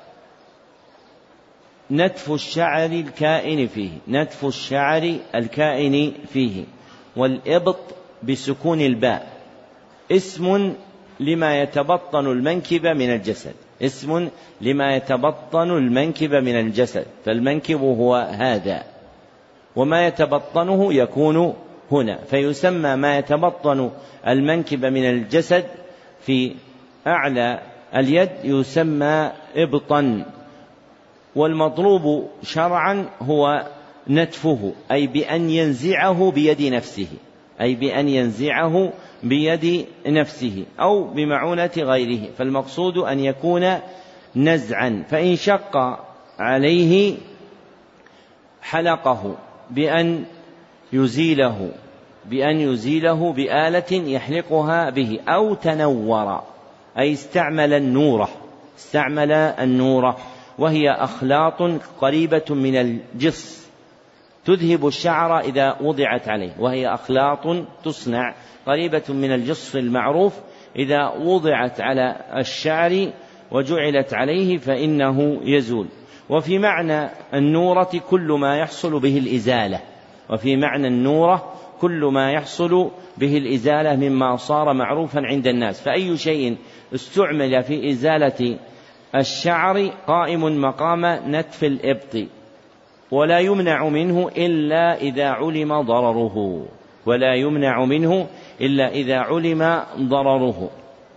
نتف الشعر الكائن فيه نتف الشعر الكائن فيه والإبط بسكون الباء اسم لما يتبطن المنكب من الجسد اسم لما يتبطن المنكب من الجسد فالمنكب هو هذا وما يتبطنه يكون هنا فيسمى ما يتبطن المنكب من الجسد في أعلى اليد يسمى إبطا والمطلوب شرعا هو نتفه أي بأن ينزعه بيد نفسه أي بأن ينزعه بيد نفسه أو بمعونة غيره فالمقصود أن يكون نزعا فإن شق عليه حلقه بأن يزيله بأن يزيله بآلة يحلقها به، أو تنور أي استعمل النورة استعمل النورة وهي أخلاط قريبة من الجص تذهب الشعر إذا وضعت عليه، وهي أخلاط تصنع قريبة من الجص المعروف، إذا وضعت على الشعر وجعلت عليه فإنه يزول. وفي معنى النورة كل ما يحصل به الإزالة وفي معنى النورة كل ما يحصل به الإزالة مما صار معروفا عند الناس، فأي شيء استعمل في إزالة الشعر قائم مقام نتف الإبط، ولا يمنع منه إلا إذا علم ضرره ولا يمنع منه إلا إذا علم ضرره.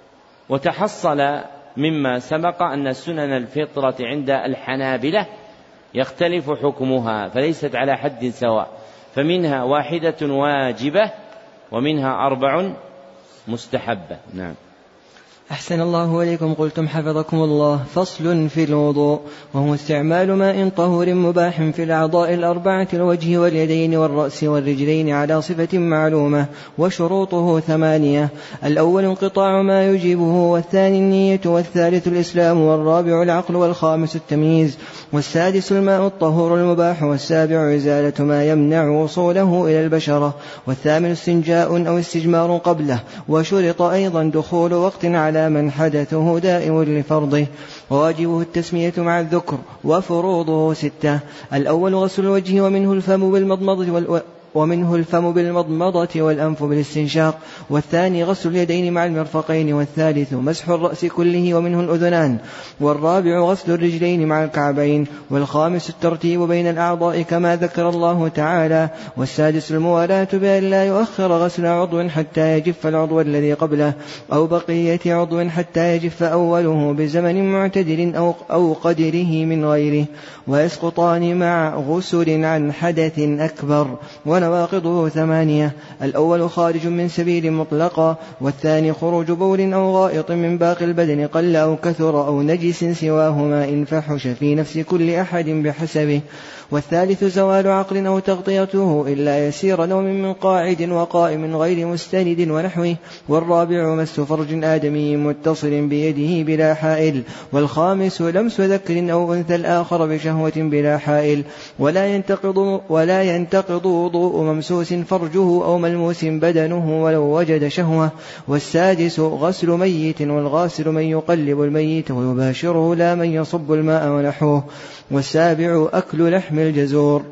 وتحصل مما سبق أن سنن الفطرة عند الحنابلة يختلف حكمها، فليست على حد سواء، فمنها واحدة واجبة ومنها أربع مستحبة. نعم. أحسن الله إليكم. قلتم حفظكم الله: فصل في الوضوء، وهو استعمال ماء طهور مباح في الأعضاء الأربعة الوجه واليدين والرأس والرجلين على صفة معلومة، وشروطه ثمانية: الأول انقطاع ما يجيبه، والثاني النية، والثالث الإسلام، والرابع العقل، والخامس التمييز، والسادس الماء الطهور المباح، والسابع إزالة ما يمنع وصوله إلى البشرة، والثامن استنجاء أو استجمار قبله. وشرط أيضا دخول وقت على من حدثه دائم لفرضه، وواجبه التسمية مع الذكر. وفروضه ستة: الأول غسل الوجه، ومنه الفم بالمضمضة وال... ومنه الفم بالمضمضة والأنف بالاستنشاق، والثاني غسل اليدين مع المرفقين، والثالث مسح الرأس كله ومنه الأذنان، والرابع غسل الرجلين مع الكعبين، والخامس الترتيب بين الأعضاء كما ذكر الله تعالى، والسادس الموالاة بأن لا يؤخر غسل عضو حتى يجف العضو الذي قبله، أو بقية عضو حتى يجف أوله بزمن معتدل أو, أو قدره من غيره، ويسقطان مع غسل عن حدث أكبر. ونواقضه ثمانية: الأول خارج من سبيل مطلقا، والثاني خروج بول أو غائط من باقي البدن قل أو كثر أو نجس سواهما إن فحش في نفس كل أحد بحسبه، والثالث زوال عقل أو تغطيته إلا يسير نوم من قاعد وقائم غير مستند ونحوه، والرابع مس فرج آدمي متصل بيده بلا حائل، والخامس لمس ذكر أو أنثى الآخر بشهوة بلا حائل، ولا ينتقض, ولا ينتقض وضوء ممسوس فرجه أو ملموس بدنه ولو وجد شهوة. والسادس غسل ميت، والغاسل من يقلب الميت ويباشره لا من يصب الماء ونحوه. والسابع أكل لحم الجزور.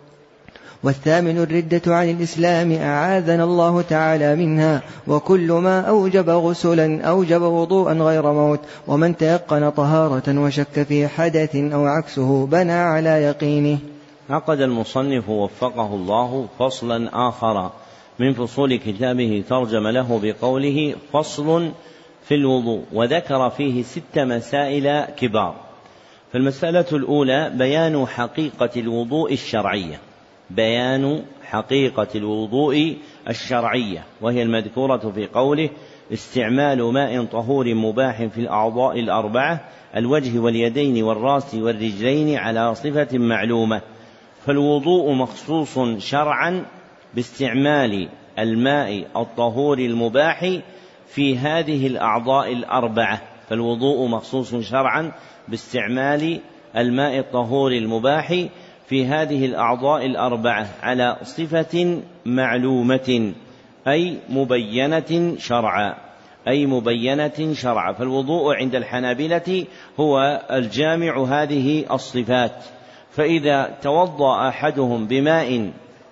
والثامن الردة عن الإسلام أعاذنا الله تعالى منها، وكل ما أوجب غسلا أوجب وضوءا غير موت. ومن تيقن طهارة وشك في حدث أو عكسه بنى على يقينه. عقد المصنف وفقه الله فصلا آخر من فصول كتابه ترجم له بقوله: فصل في الوضوء، وذكر فيه ست مسائل كبار. فالمسألة الأولى بيان حقيقة الوضوء الشرعية بيان حقيقة الوضوء الشرعية وهي المذكورة في قوله: استعمال ماء طهور مباح في الأعضاء الأربعة الوجه واليدين والرأس والرجلين على صفة معلومة. فالوضوء مخصوص شرعا باستعمال الماء الطهور المباح في هذه الأعضاء الأربعة فالوضوء مخصوص شرعا باستعمال الماء الطهور المباح في هذه الأعضاء الأربعة على صفة معلومة أي مبينة شرعا أي مبينة شرعا فالوضوء عند الحنابلة هو الجامع هذه الصفات. فإذا توضأ أحدهم بماء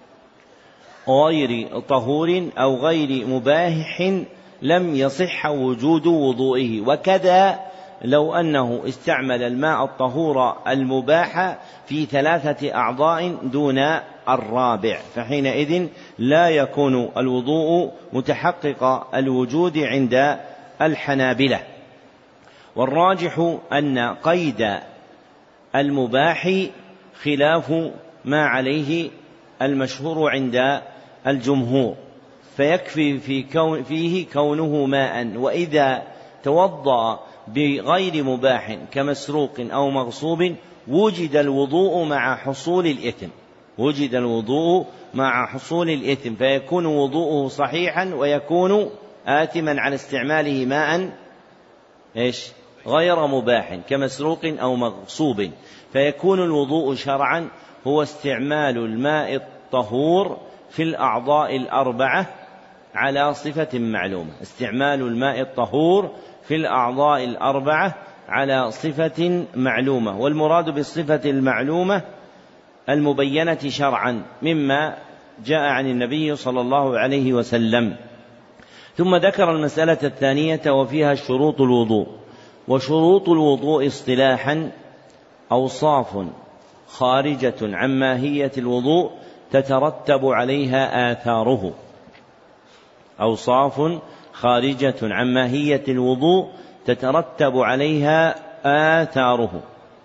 غير طهور أو غير مباح لم يصح وجود وضوئه، وكذا لو أنه استعمل الماء الطهور المباح في ثلاثة أعضاء دون الرابع فحينئذ لا يكون الوضوء متحقق الوجود عند الحنابلة. والراجح أن قيد المباح خلاف ما عليه المشهور عند الجمهور، فيكفي في كون فيه كونه ماء، وإذا توضأ بغير مباح كمسروق أو مغصوب وجد الوضوء مع حصول الإثم وجد الوضوء مع حصول الإثم، فيكون وضوءه صحيحا ويكون آثما على استعماله ماء إيش غير مباح كمسروق أو مغصوب. فيكون الوضوء شرعا هو استعمال الماء الطهور في الأعضاء الأربعة على صفة معلومة، استعمال الماء الطهور في الأعضاء الأربعة على صفة معلومة. والمراد بالصفة المعلومة المبينة شرعا مما جاء عن النبي صلى الله عليه وسلم. ثم ذكر المسألة الثانية وفيها شروط الوضوء. وشروط الوضوء اصطلاحا أوصاف خارجة عن ماهية الوضوء تترتب عليها آثاره، أوصاف خارجة عن ماهية الوضوء تترتب عليها آثاره.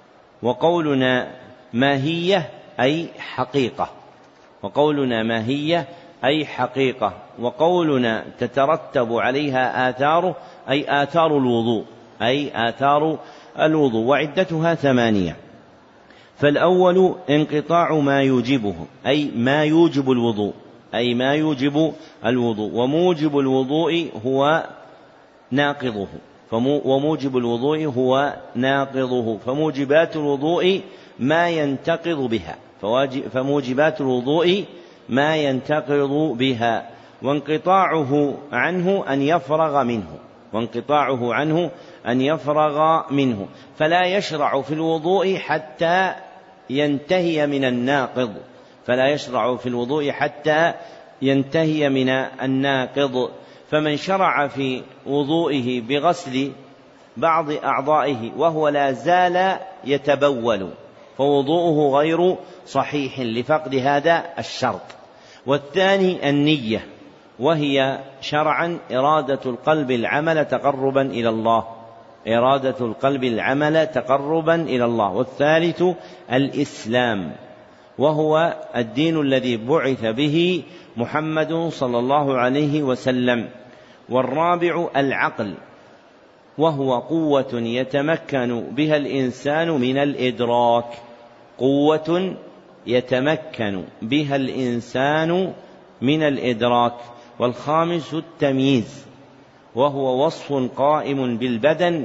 وقولنا ماهية أي حقيقة، وقولنا ماهية أي حقيقة، وقولنا تترتب عليها آثاره أي آثار الوضوء، أي آثار الوضوء، وعدتها ثمانية. فالأول انقطاع ما يوجبه، أي ما يوجب الوضوء، أي ما يوجب الوضوء، وموجب الوضوء هو ناقضه، وموجب الوضوء هو ناقضه، فموجبات الوضوء ما ينتقض بها، فموجبات الوضوء ما ينتقض بها. وانقطاعه عنه أن يفرغ منه، وانقطاعه عنه أن يفرغ منه، فلا يشرع في الوضوء حتى ينتهي من الناقض، فلا يشرع في الوضوء حتى ينتهي من الناقض. فمن شرع في وضوئه بغسل بعض أعضائه وهو لا زال يتبول فوضوءه غير صحيح لفقد هذا الشرط. والثاني النية، وهي شرعا إرادة القلب العمل تقربا إلى الله، إرادة القلب العمل تقربا إلى الله. والثالث الإسلام، وهو الدين الذي بعث به محمد صلى الله عليه وسلم. والرابع العقل، وهو قوة يتمكن بها الإنسان من الإدراك، قوة يتمكن بها الإنسان من الإدراك. والخامس التمييز، وهو وصف قائم بالبدن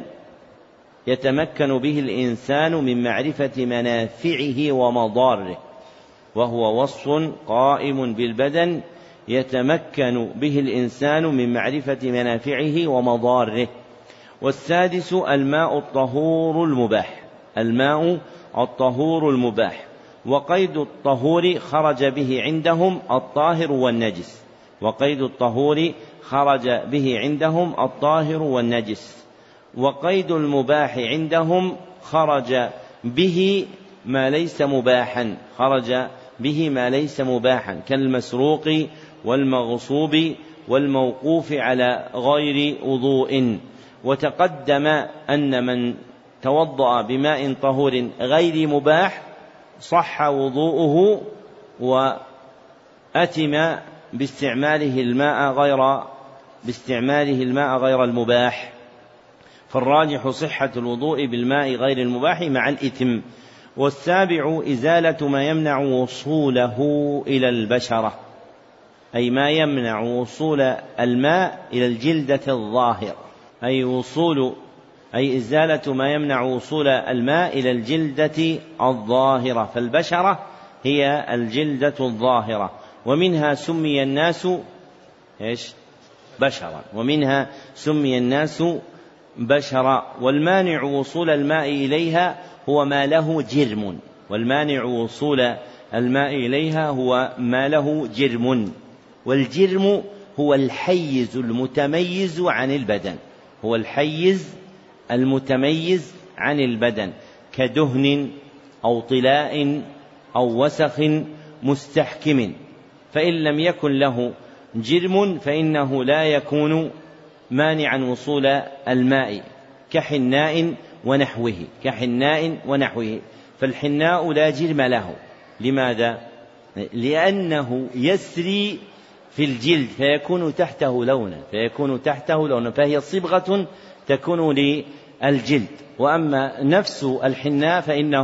يتمكن به الإنسان من معرفة منافعه ومضاره، وهو وصف قائم بالبدن يتمكن به الإنسان من معرفة منافعه ومضاره. والسادس الماء الطهور المباح، الماء الطهور المباح، وقيد الطهور خرج به عندهم الطاهر والنجس، وقيد الطهور خرج به عندهم الطاهر والنجس. وقيد المباح عندهم خرج به ما ليس مباحا، خرج به ما ليس مباحا كالمسروق والمغصوب والموقوف على غير وضوء. وتقدم أن من توضأ بماء طهور غير مباح صح وضوءه وأتم باستعماله الماء غير باستعماله الماء غير المباح. فالراجح صحة الوضوء بالماء غير المباح مع الإثم. والسابع إزالة ما يمنع وصوله إلى البشرة، أي ما يمنع وصول الماء إلى الجلدة الظاهرة، أي وصول أي إزالة ما يمنع وصول الماء إلى الجلدة الظاهرة، فالبشرة هي الجلدة الظاهرة. ومنها سمي الناس إيش بشرا، ومنها سمي الناس بشرا. والمانع وصول الماء إليها هو ما له جرم، والمانع وصول الماء إليها هو ما له جرم. والجرم هو الحيز المتميز عن البدن، هو الحيز المتميز عن البدن كدهن أو طلاء أو وسخ مستحكم. فإن لم يكن له جرم فإنه لا يكون مانعا وصول الماء كحناء ونحوه، كحناء ونحوه. فالحناء لا جرم له، لماذا؟ لأنه يسري في الجلد فيكون تحته لونا، فيكون تحته لونا فهي صبغة تكون للجلد. وأما نفس الحناء فإنه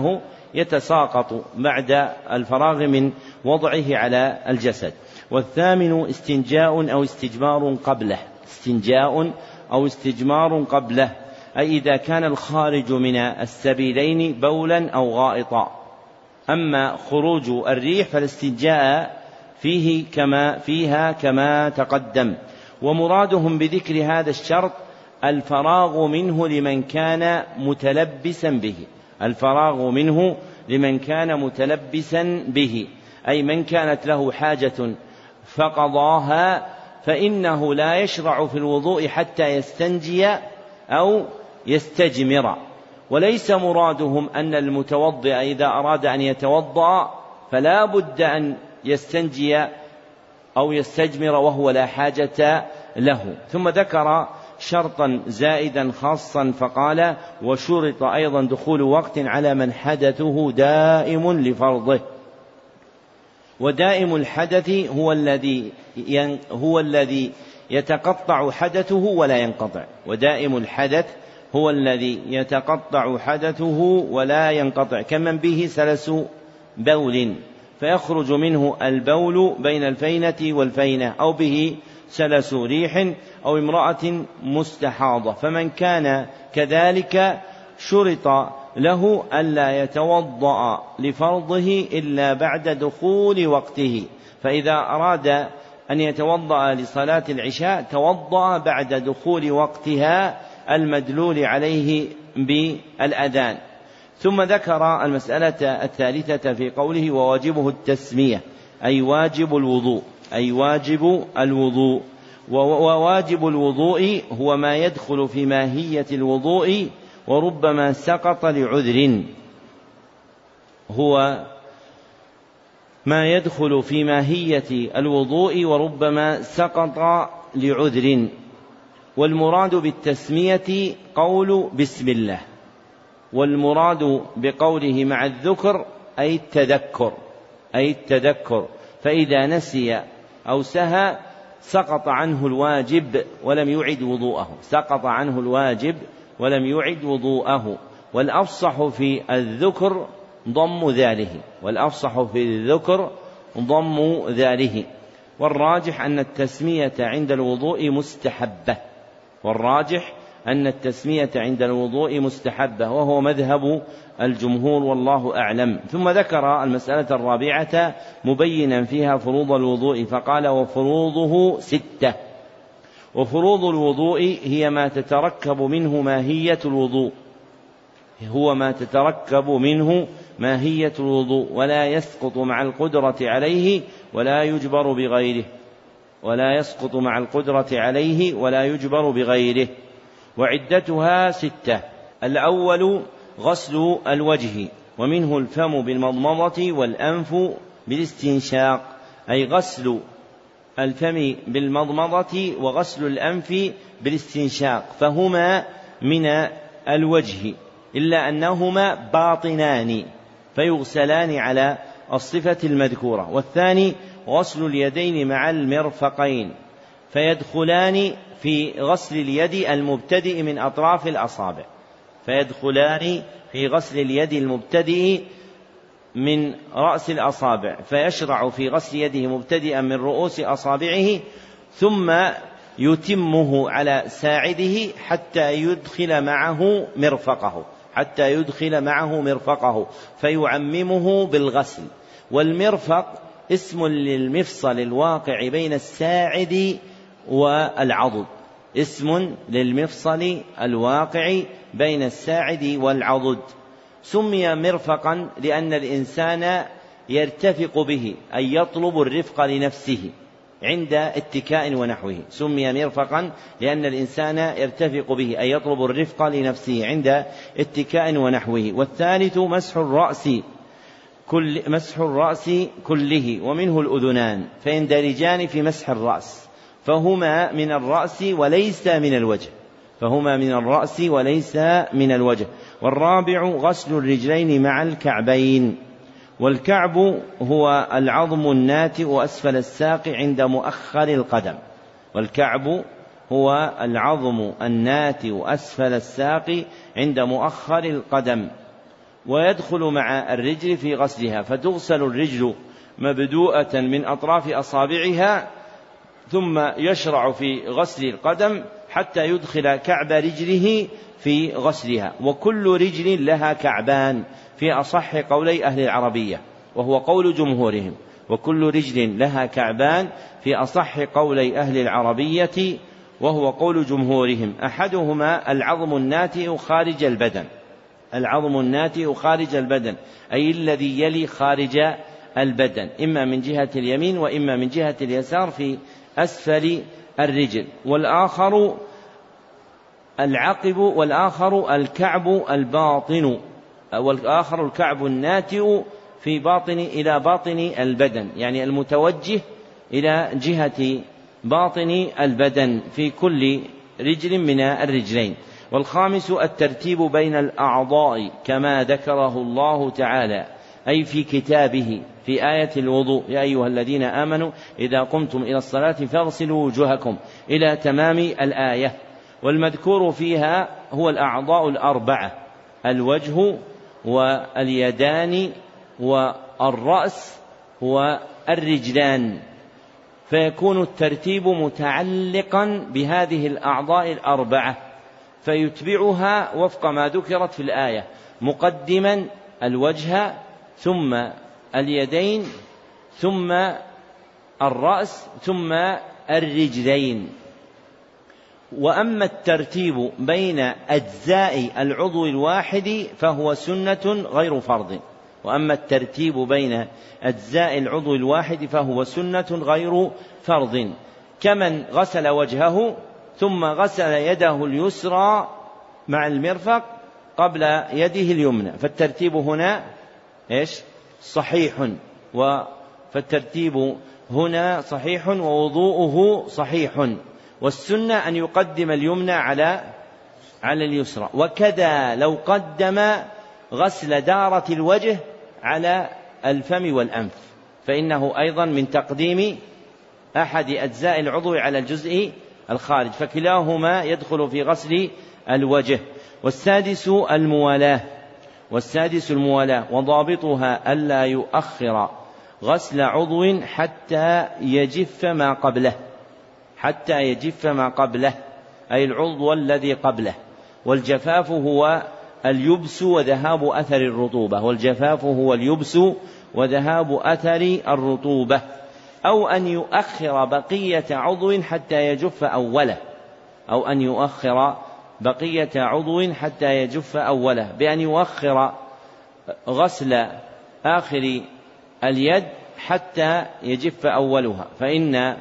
يتساقط بعد الفراغ من وضعه على الجسد. والثامن استنجاء أو استجمار قبله، استنجاء أو استجمار قبله، أي إذا كان الخارج من السبيلين بولا أو غائطا. أما خروج الريح فالاستنجاء فيه كما فيها كما تقدم. ومرادهم بذكر هذا الشرط الفراغ منه لمن كان متلبسا به، الفراغ منه لمن كان متلبسا به، أي من كانت له حاجة فقضاها فإنه لا يشرع في الوضوء حتى يستنجي أو يستجمر. وليس مرادهم أن المتوضئ إذا أراد أن يتوضأ فلا بد أن يستنجي أو يستجمر وهو لا حاجة له. ثم ذكر شرطا زائدا خاصا فقال: وشرط أيضا دخول وقت على من حدثه دائم لفرضه. ودائم الحدث هو الذي هو الذي يتقطع حدثه ولا ينقطع. ودائم الحدث هو الذي يتقطع حدثه ولا ينقطع، كمن به سلس بول فيخرج منه البول بين الفينة والفينة، أو به سلس ريح، أو امرأة مستحاضة. فمن كان كذلك شرط له ألا يتوضأ لفرضه إلا بعد دخول وقته، فإذا أراد أن يتوضأ لصلاة العشاء توضأ بعد دخول وقتها المدلول عليه بالأذان. ثم ذكر المسألة الثالثة في قوله: وواجبه التسمية، أي واجب الوضوء، أي واجب الوضوء. وواجب الوضوء هو ما يدخل في ماهية الوضوء وربما سقط لعذر، هو ما يدخل في ماهية الوضوء وربما سقط لعذر. والمراد بالتسمية قول بسم الله، والمراد بقوله مع الذكر أي التذكر، أي التذكر. فإذا نسي أو سهى سقط عنه الواجب ولم يعد وضوءه، سقط عنه الواجب ولم يعد وضوءه. والأفصح في الذكر ضم ذاله، والأفصح في الذكر ضم ذاله. والراجح أن التسمية عند الوضوء مستحبة، والراجح أن التسمية عند الوضوء مستحبة، وهو مذهب الجمهور والله أعلم. ثم ذكر المسألة الرابعة مبينا فيها فروض الوضوء فقال: وفروضه ستة. وفروض الوضوء هي ما تتركب منه ماهية الوضوء، هو ما تتركب منه ماهية الوضوء، ولا يسقط مع القدرة عليه ولا يجبر بغيره، ولا يسقط مع القدرة عليه ولا يجبر بغيره. وعدتها ستة: الأول غسل الوجه، ومنه الفم بالمضمضة والأنف بالاستنشاق، أي غسل الفم بالمضمضة وغسل الأنف بالاستنشاق، فهما من الوجه إلا أنهما باطنان فيغسلان على الصفة المذكورة. والثاني غسل اليدين مع المرفقين، فيدخلان في غسل اليد المبتدئ من أطراف الأصابع، فيدخلان في غسل اليد المبتدئ من رأس الأصابع، فيشرع في غسل يده مبتدئا من رؤوس أصابعه، ثم يتمه على ساعده حتى يدخل معه مرفقه، حتى يدخل معه مرفقه فيعممه بالغسل. والمرفق اسم للمفصل الواقع بين الساعد والعضد، اسم للمفصل الواقع بين الساعد والعضد. سمي مرفقا لأن الإنسان يرتفق به، أي يطلب الرفق لنفسه عند اتكاء ونحوه. سمي مرفقا لأن الإنسان يرتفق به، أي يطلب الرفق لنفسه عند اتكاء ونحوه. والثالث مسح الرأس كل مسح الرأس كله، ومنه الأذنان، فيندرجان في مسح الرأس، فهما من الرأس وليس من الوجه، فهما من الرأس وليس من الوجه. والرابع غسل الرجلين مع الكعبين، والكعب هو العظم الناتئ أسفل الساق عند مؤخر القدم، والكعب هو العظم الناتئ أسفل الساق عند مؤخر القدم. ويدخل مع الرجل في غسلها، فتغسل الرجل مبدوءة من أطراف أصابعها، ثم يشرع في غسل القدم حتى يدخل كعب رجله في غسلها. وكل رجل لها كعبان في أصح قولي أهل العربية، وهو قول جمهورهم، وكل رجل لها كعبان في أصح قولي أهل العربية وهو قول جمهورهم. أحدهما العظم الناتئ خارج البدن، العظم الناتئ خارج البدن أي الذي يلي خارج البدن، إما من جهة اليمين وإما من جهة اليسار في أسفل الرجل. والآخر العقب، والآخر الكعب الباطن، والآخر الكعب الناتئ في باطن إلى باطن البدن، يعني المتوجه إلى جهة باطن البدن في كل رجل من الرجلين. والخامس الترتيب بين الأعضاء كما ذكره الله تعالى، أي في كتابه في آية الوضوء: يا أيها الذين آمنوا إذا قمتم إلى الصلاة فاغسلوا وجوهكم إلى تمام الآية. والمذكور فيها هو الأعضاء الأربعة: الوجه واليدان والرأس والرجلان، فيكون الترتيب متعلقا بهذه الأعضاء الأربعة، فيتبعها وفق ما ذكرت في الآية، مقدما الوجه ثم اليدين ثم الرأس ثم الرجلين. وأما الترتيب بين أجزاء العضو الواحد فهو سنة غير فرض، وأما الترتيب بين أجزاء العضو الواحد فهو سنة غير فرض، كمن غسل وجهه ثم غسل يده اليسرى مع المرفق قبل يده اليمنى، فالترتيب هنا إيش؟ صحيح، فالترتيب هنا صحيح ووضوءه صحيح. والسنة أن يقدم اليمنى على على اليسرى. وكذا لو قدم غسل دارة الوجه على الفم والأنف فإنه أيضا من تقديم أحد أجزاء العضو على الجزء الخارج، فكلاهما يدخل في غسل الوجه. والسادس الموالاة، والسادس الموالاة وضابطها ألا يؤخر غسل عضو حتى يجف ما قبله، حتى يجف ما قبله أي العضو الذي قبله. والجفاف هو اليبس وذهاب أثر الرطوبة، والجفاف هو اليبس وذهاب أثر الرطوبة. أو أن يؤخر بقية عضو حتى يجف أوله، أو أن يؤخر بقية عضو حتى يجف أوله، بأن يؤخر غسل آخر اليد حتى يجف أولها، فإن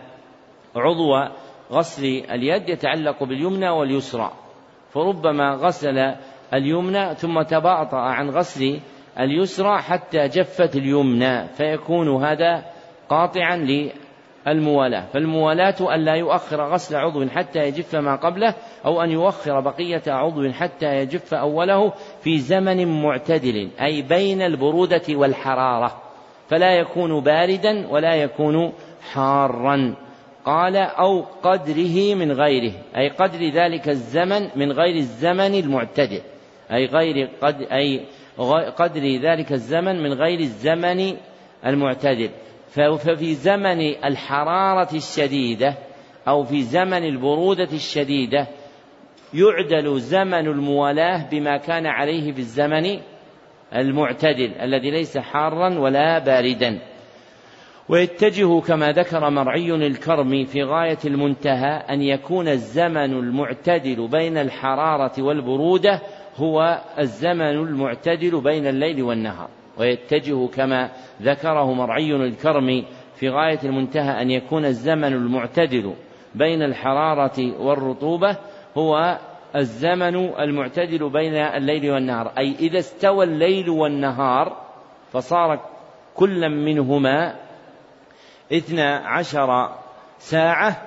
عضو غسل اليد يتعلق باليمنى واليسرى، فربما غسل اليمنى ثم تباطأ عن غسل اليسرى حتى جفت اليمنى، فيكون هذا قاطعا للموالاة. فالموالاة أن لا يؤخر غسل عضو حتى يجف ما قبله، أو أن يؤخر بقية عضو حتى يجف أوله في زمن معتدل، أي بين البرودة والحرارة، فلا يكون باردا ولا يكون حارا. قال أو قدره من غيره، أي قدر ذلك الزمن من غير الزمن المعتدل، أي غير قد أي قدر ذلك الزمن من غير الزمن المعتدل. ففي زمن الحرارة الشديدة أو في زمن البرودة الشديدة يعدل زمن الموالاة بما كان عليه في الزمن المعتدل الذي ليس حارا ولا باردا. ويتجه كما ذكر مرعي الكرم في غاية المنتهى أن يكون الزمن المعتدل بين الحرارة والبرودة هو الزمن المعتدل بين الليل والنهار. ويتجه كما ذكره مرعي الكرم في غاية المنتهى أن يكون الزمن المعتدل بين الحرارة والرطوبة هو الزمن المعتدل بين الليل والنهار، أي إذا استوى الليل والنهار فصار كل منهما اثنا عشر ساعة،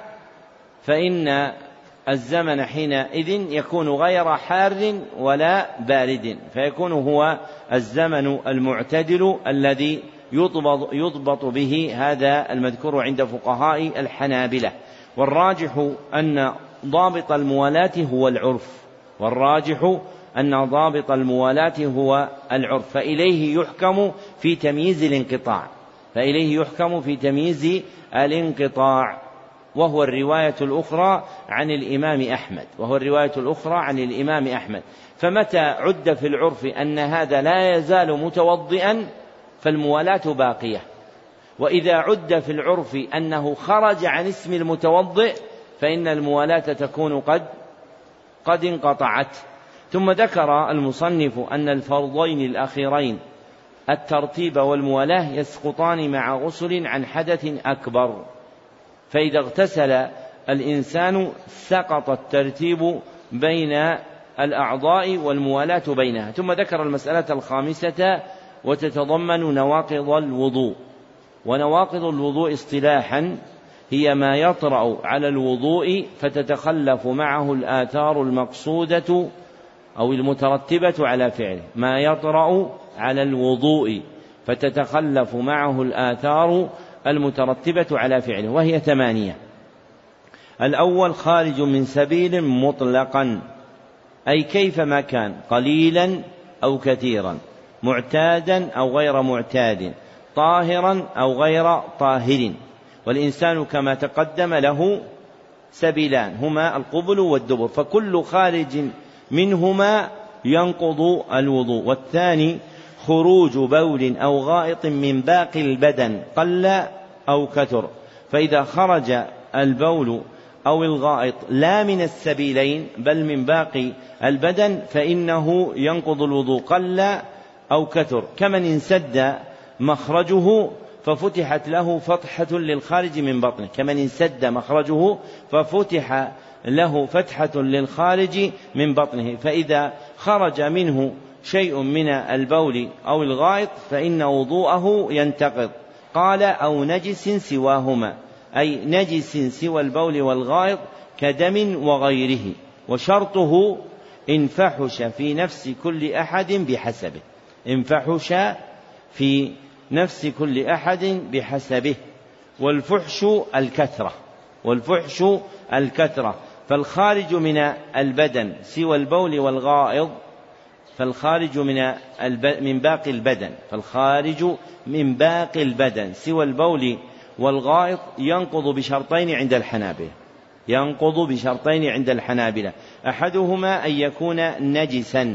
فإن الزمن حينئذ يكون غير حار ولا بارد، فيكون هو الزمن المعتدل الذي يضبط, يضبط به هذا المذكور عند فقهاء الحنابلة. والراجح أن ضابط الموالاة هو العرف، والراجح أن ضابط الموالاة هو العرف، فإليه يحكم في تمييز الانقطاع فإليه يحكم في تمييز الانقطاع وهو الرواية الأخرى عن الإمام أحمد وهو الرواية الأخرى عن الإمام أحمد فمتى عد في العرف أن هذا لا يزال متوضئا فالموالاة باقية، وإذا عد في العرف أنه خرج عن اسم المتوضئ فإن الموالاة تكون قد قد انقطعت. ثم ذكر المصنف أن الفرضين الأخيرين الترتيب والموالاة يسقطان مع غسل عن حدث أكبر، فإذا اغتسل الإنسان سقط الترتيب بين الأعضاء والموالاة بينها. ثم ذكر المسألة الخامسة وتتضمن نواقض الوضوء. ونواقض الوضوء اصطلاحا هي ما يطرأ على الوضوء فتتخلف معه الآثار المقصودة أو المترتبة على فعله ما يطرأ على الوضوء فتتخلف معه الآثار المترتبة على فعله، وهي ثمانية. الأول خارج من سبيل مطلقا، أي كيفما كان قليلا أو كثيرا، معتادا أو غير معتاد، طاهرا أو غير طاهر. والإنسان كما تقدم له سبيلان هما القبل والدبر، فكل خارج منهما ينقض الوضوء. والثاني خروج بول أو غائط من باقي البدن قل أو كثر، فإذا خرج البول أو الغائط لا من السبيلين بل من باقي البدن فإنه ينقض الوضوء قل أو كثر، كمن انسد مخرجه ففتحت له فتحة للخارج من بطنه كمن انسد مخرجه ففتح له فتحة للخارج من بطنه، فإذا خرج منه شيء من البول أو الغائط فإن وضوءه ينتقض. قال أو نجس سواهما، أي نجس سوى البول والغائط كدم وغيره، وشرطه إن فحش في نفس كل أحد بحسبه إن فحش في نفس كل أحد بحسبه. والفحش الكثرة والفحش الكثرة فالخارج من البدن سوى البول والغائط فالخارج من من باقي البدن فالخارج من باقي البدن سوى البول والغائط ينقض بشرطين عند الحنابلة ينقض بشرطين عند الحنابلة أحدهما أن يكون نجسا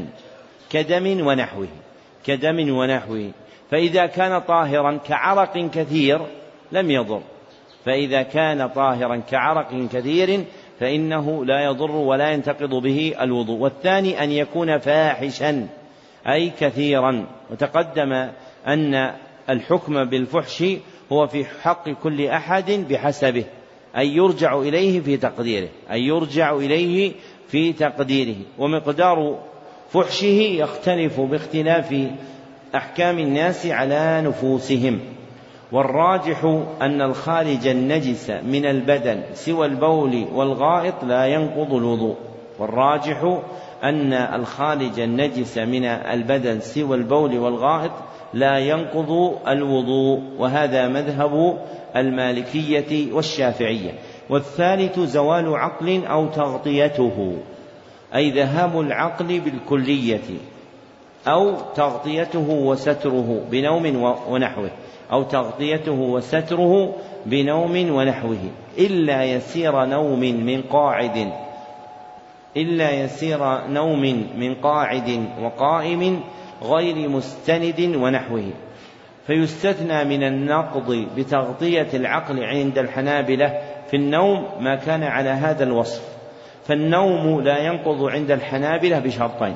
كدم ونحوه كدم ونحوه فإذا كان طاهرا كعرق كثير لم يضر فإذا كان طاهرا كعرق كثير فإنه لا يضر ولا ينتقض به الوضوء. والثاني أن يكون فاحشا أي كثيرا، وتقدم أن الحكم بالفحش هو في حق كل أحد بحسبه أي يرجع إليه في تقديره أي يرجع إليه في تقديره ومقدار فحشه يختلف باختلاف أحكام الناس على نفوسهم. والراجح أن الخارج النجس من البدن سوى البول والغائط لا ينقض الوضوء والراجح أن الخارج النجس من البدن سوى البول والغائط لا ينقض الوضوء، وهذا مذهب المالكية والشافعية. والثالث زوال عقل أو تغطيته أي ذهاب العقل بالكلية أو تغطيته وستره بنوم ونحوه أو تغطيته وستره بنوم ونحوه إلا يسير نوم من قاعد إلا يسير نوم من قاعد وقائم غير مستند ونحوه. فيستثنى من النقض بتغطية العقل عند الحنابلة في النوم ما كان على هذا الوصف، فالنوم لا ينقض عند الحنابلة بشرطين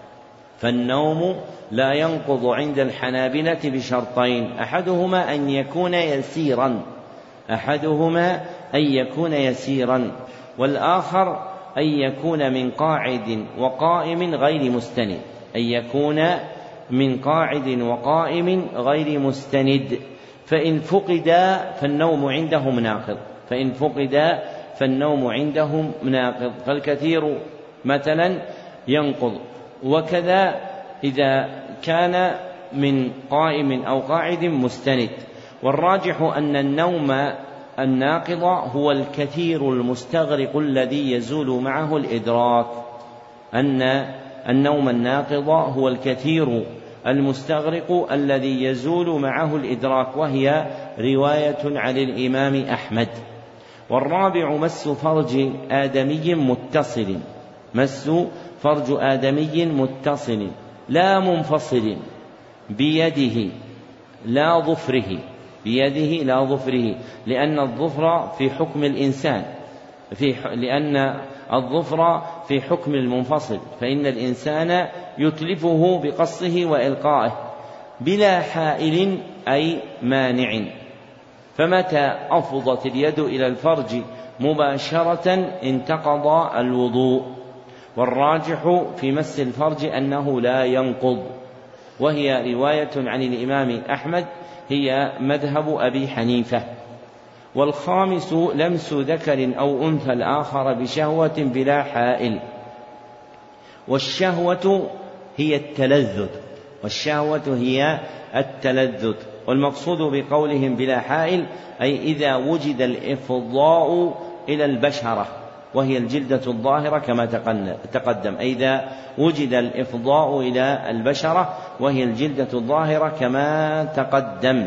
فالنوم لا ينقض عند الحنابلة بشرطين أحدهما أن يكون يسيرا أحدهما أن يكون يسيرا والآخر أن يكون من قاعد وقائم غير مستند أن يكون من قاعد وقائم غير مستند. فإن فقد فالنوم عندهم ناقض فإن فقد فالنوم عندهم ناقض فالكثير مثلا ينقض، وكذا إذا كان من قائم أو قاعد مستند. والراجح أن النوم الناقض هو الكثير المستغرق الذي يزول معه الإدراك أن النوم الناقض هو الكثير المستغرق الذي يزول معه الإدراك، وهي رواية عن الإمام أحمد. والرابع مس فرج آدمي متصل، مس فرج آدمي متصل لا منفصل بيده لا ظفره، بيده لا ظفره، لأن الظفر في حكم الإنسان، في لأن الظفر في حكم المنفصل، فإن الإنسان يتلفه بقصه وإلقائه بلا حائل أي مانع. فمتى أفضت اليد إلى الفرج مباشرة انتقض الوضوء. والراجح في مس الفرج أنه لا ينقض، وهي رواية عن الإمام أحمد، هي مذهب أبي حنيفة. والخامس لمس ذكر أو أنثى الآخر بشهوة بلا حائل. والشهوة هي التلذذ، والشهوة هي التلذذ والمقصود بقولهم بلا حائل أي إذا وجد الإفضاء إلى البشرة وهي الجلدة الظاهرة كما تقدم، أي إذا وجد الإفضاء إلى البشرة وهي الجلدة الظاهرة كما تقدم.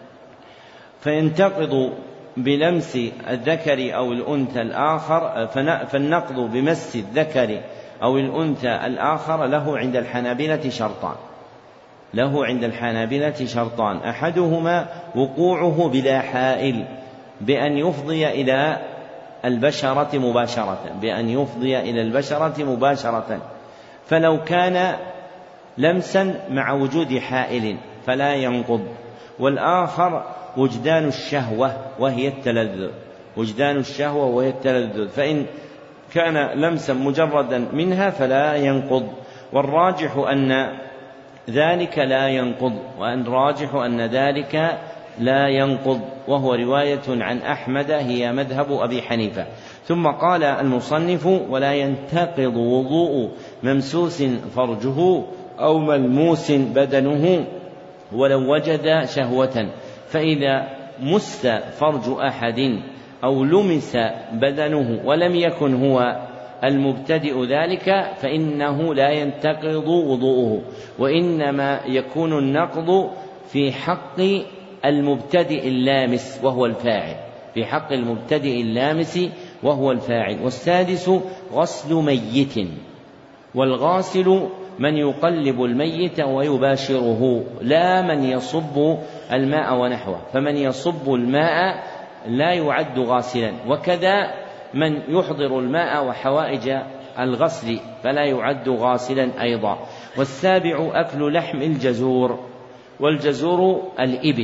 فينتقض بلمس الذكر أو الأنثى الآخر، فالنقض بمس الذكر أو الأنثى الآخر له عند الحنابلة شرطان، له عند الحنابلة شرطان أحدهما وقوعه بلا حائل بأن يفضي إلى البشرة مباشرة، بأن يفضي إلى البشرة مباشرة، فلو كان لمسا مع وجود حائل فلا ينقض. والآخر وجدان الشهوة وهي التلذذ، وجدان الشهوة وهي التلذذ، فإن كان لمسا مجردا منها فلا ينقض. والراجح أن ذلك لا ينقض، وأن راجح أن ذلك لا ينقض، وهو رواية عن أحمد هي مذهب أبي حنيفة. ثم قال المصنف: ولا ينتقض وضوء ممسوس فرجه أو ملموس بدنه ولو وجد شهوة. فإذا مس فرج أحد أو لمس بدنه ولم يكن هو المبتدئ ذلك فإنه لا ينتقض وضوءه، وإنما يكون النقض في حق المبتدئ اللامس وهو الفاعل، في حق المبتدئ اللامس وهو الفاعل. والسادس غسل ميت، والغاسل من يقلب الميت ويباشره لا من يصب الماء ونحوه، فمن يصب الماء لا يعد غاسلا، وكذا من يحضر الماء وحوائج الغسل فلا يعد غاسلا أيضا. والسابع أكل لحم الجزور، والجزور الإبل،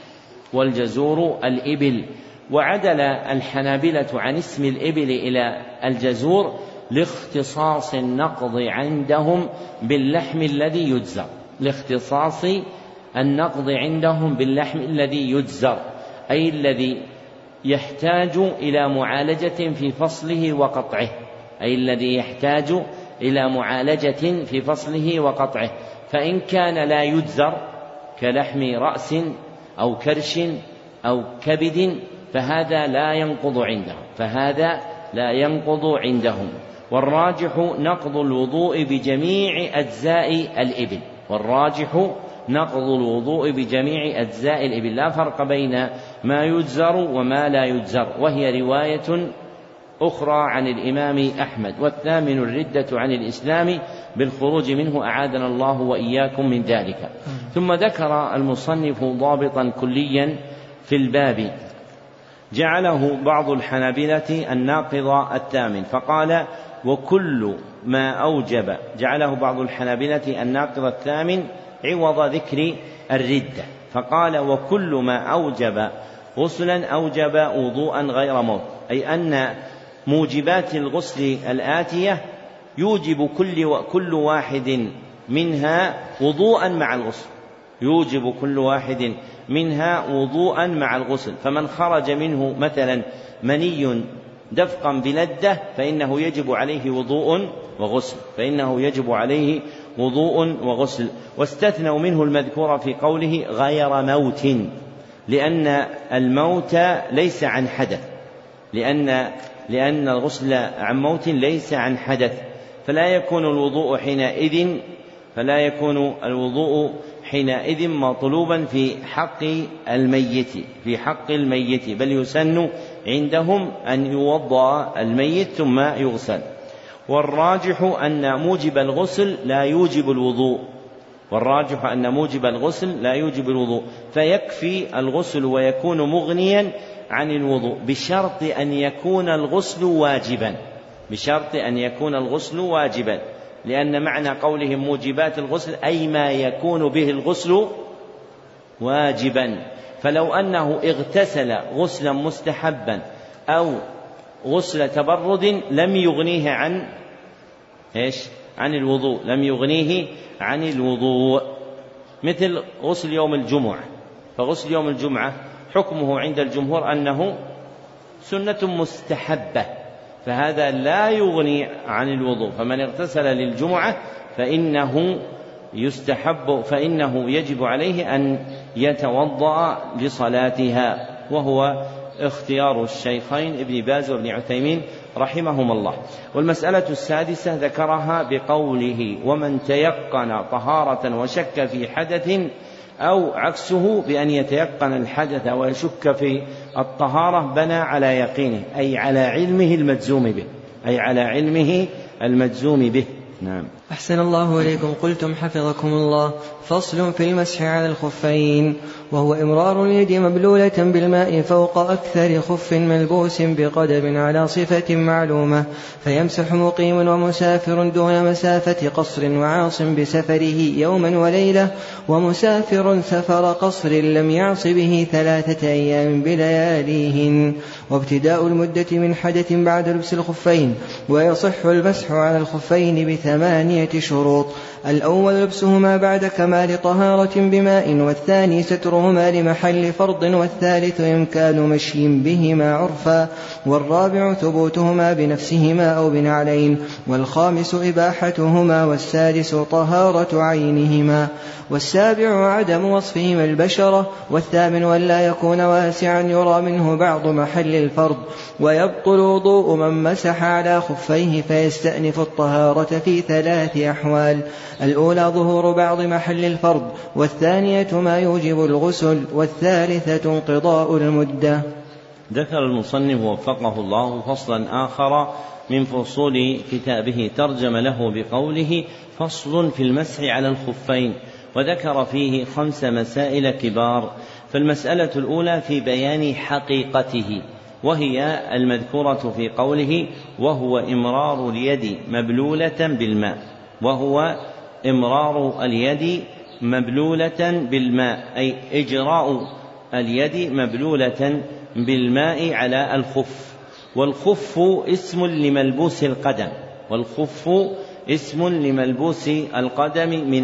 والجزور الإبل وعدل الحنابلة عن اسم الإبل إلى الجزور لاختصاص النقض عندهم باللحم الذي يجزر، لاختصاص النقض عندهم باللحم الذي يجزر، أي الذي يحتاج إلى معالجة في فصله وقطعه، أي الذي يحتاج إلى معالجة في فصله وقطعه. فإن كان لا يجزر كلحم رأس أو كرش أو كبد فهذا لا ينقض عندهم، فهذا لا ينقض عندهم. والراجح نقض الوضوء بجميع أجزاء الإبل، والراجح نقض الوضوء بجميع أجزاء الإبل، لا فرق بين ما يجزر وما لا يجزر، وهي رواية أخرى عن الإمام أحمد. والثامن الردة عن الإسلام بالخروج منه، أعاذنا الله وإياكم من ذلك. ثم ذكر المصنف ضابطا كليا في الباب جعله بعض الحنابلة الناقض الثامن، فقال: وكل ما أوجب، جعله بعض الحنابلة الناقض الثامن عوض ذكر الردة، فقال: وكل ما أوجب غسلا أوجب وضوءا غير موت، أي أن موجبات الغسل الآتية يوجب كل كل واحد منها وضوءا مع الغسل، يوجب كل واحد منها وضوءا مع الغسل. فمن خرج منه مثلا مني دفقا بلدة فإنه يجب عليه وضوء وغسل، فإنه يجب عليه وضوء وغسل. واستثنوا منه المذكور في قوله غير موت، لأن الموت ليس عن حدث، لأن لأن الغسل عن موت ليس عن حدث، فلا يكون الوضوء حينئذ فلا يكون الوضوء حينئذ مطلوبا في حق الميت في حق الميت بل يسن عندهم أن يوضأ الميت ثم يغسل. والراجح أن موجب الغسل لا يوجب الوضوء والراجح أن موجب الغسل لا يوجب الوضوء فيكفي الغسل ويكون مغنيا عن الوضوء بشرط أن يكون الغسل واجبا بشرط أن يكون الغسل واجبا لأن معنى قولهم موجبات الغسل أي ما يكون به الغسل واجبا. فلو أنه اغتسل غسلا مستحبا أو غسل تبرد لم يغنيه عن إيش؟ عن الوضوء لم يغنيه عن الوضوء مثل غسل يوم الجمعة. فغسل يوم الجمعة حكمه عند الجمهور أنه سنة مستحبة فهذا لا يغني عن الوضوء. فمن اغتسل للجمعة فإنه يستحب فإنه يجب عليه أن يتوضأ لصلاتها وهو اختيار الشيخين ابن باز وابن عثيمين رحمهم الله. والمسألة السادسة ذكرها بقوله ومن تيقن طهارة وشك في حدث أو عكسه بأن يتيقن الحدث ويشك في الطهارة بنى على يقينه أي على علمه المجزوم به أي على علمه المجزوم به. نعم. أحسن الله إليكم. قلتم حفظكم الله فصل في المسح على الخفين وهو إمرار اليد مبلولة بالماء فوق أكثر خف ملبوس بقدم على صفة معلومة فيمسح مقيم ومسافر دون مسافة قصر وعاص بسفره يوما وليلة ومسافر سفر قصر لم يعص به ثلاثة أيام بلياليهن وابتداء المدة من حدث بعد لبس الخفين. ويصح المسح على الخفين بثمانية شروط: الأول لبسهما بعد كمال طهارة بماء والثاني سترهما لمحل فرض والثالث إمكان مشي بهما عرفا والرابع ثبوتهما بنفسهما أو بنعلين والخامس إباحتهما والسادس طهارة عينهما والسابع عدم وصفهما البشرة والثامن ولا يكون واسعا يرى منه بعض محل الفرض. ويبطل وضوء من مسح على خفيه فيستأنف الطهارة في ثلاث أحوال: الأولى ظهور بعض محل الفرض والثانية ما يوجب الغسل والثالثة انقضاء المدة. ذكر المصنف وفقه الله فصلا آخر من فصول كتابه ترجم له بقوله فصل في المسح على الخفين وذكر فيه خمس مسائل كبار. فالمسألة الأولى في بيان حقيقته وهي المذكورة في قوله وهو إمرار اليد مبلولة بالماء وهو إمرار اليد مبلولة بالماء أي إجراء اليد مبلولة بالماء على الخف. والخف اسم لملبوس القدم والخف اسم لملبوس القدم من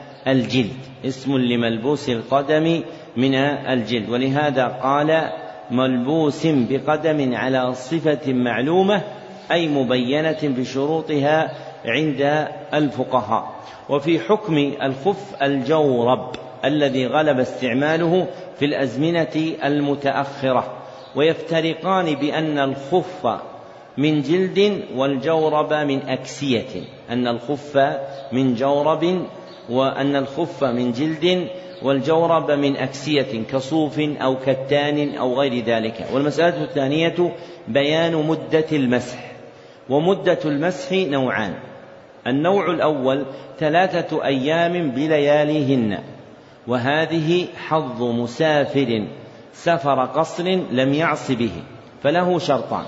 الجلد اسم لملبوس القدم من الجلد ولهذا قال ملبوس بقدم على صفة معلومة أي مبينة بشروطها عند الفقهاء. وفي حكم الخف الجورب الذي غلب استعماله في الأزمنة المتأخرة ويفترقان بأن الخف من جلد والجورب من أكسية أن الخف من جورب وأن الخف من جلد والجورب من أكسية كصوف أو كتان أو غير ذلك. والمسألة الثانية بيان مدة المسح. ومدة المسح نوعان: النوع الأول ثلاثة أيام بلياليهن وهذه حظ مسافر سفر قصر لم يعص به فله شرطان: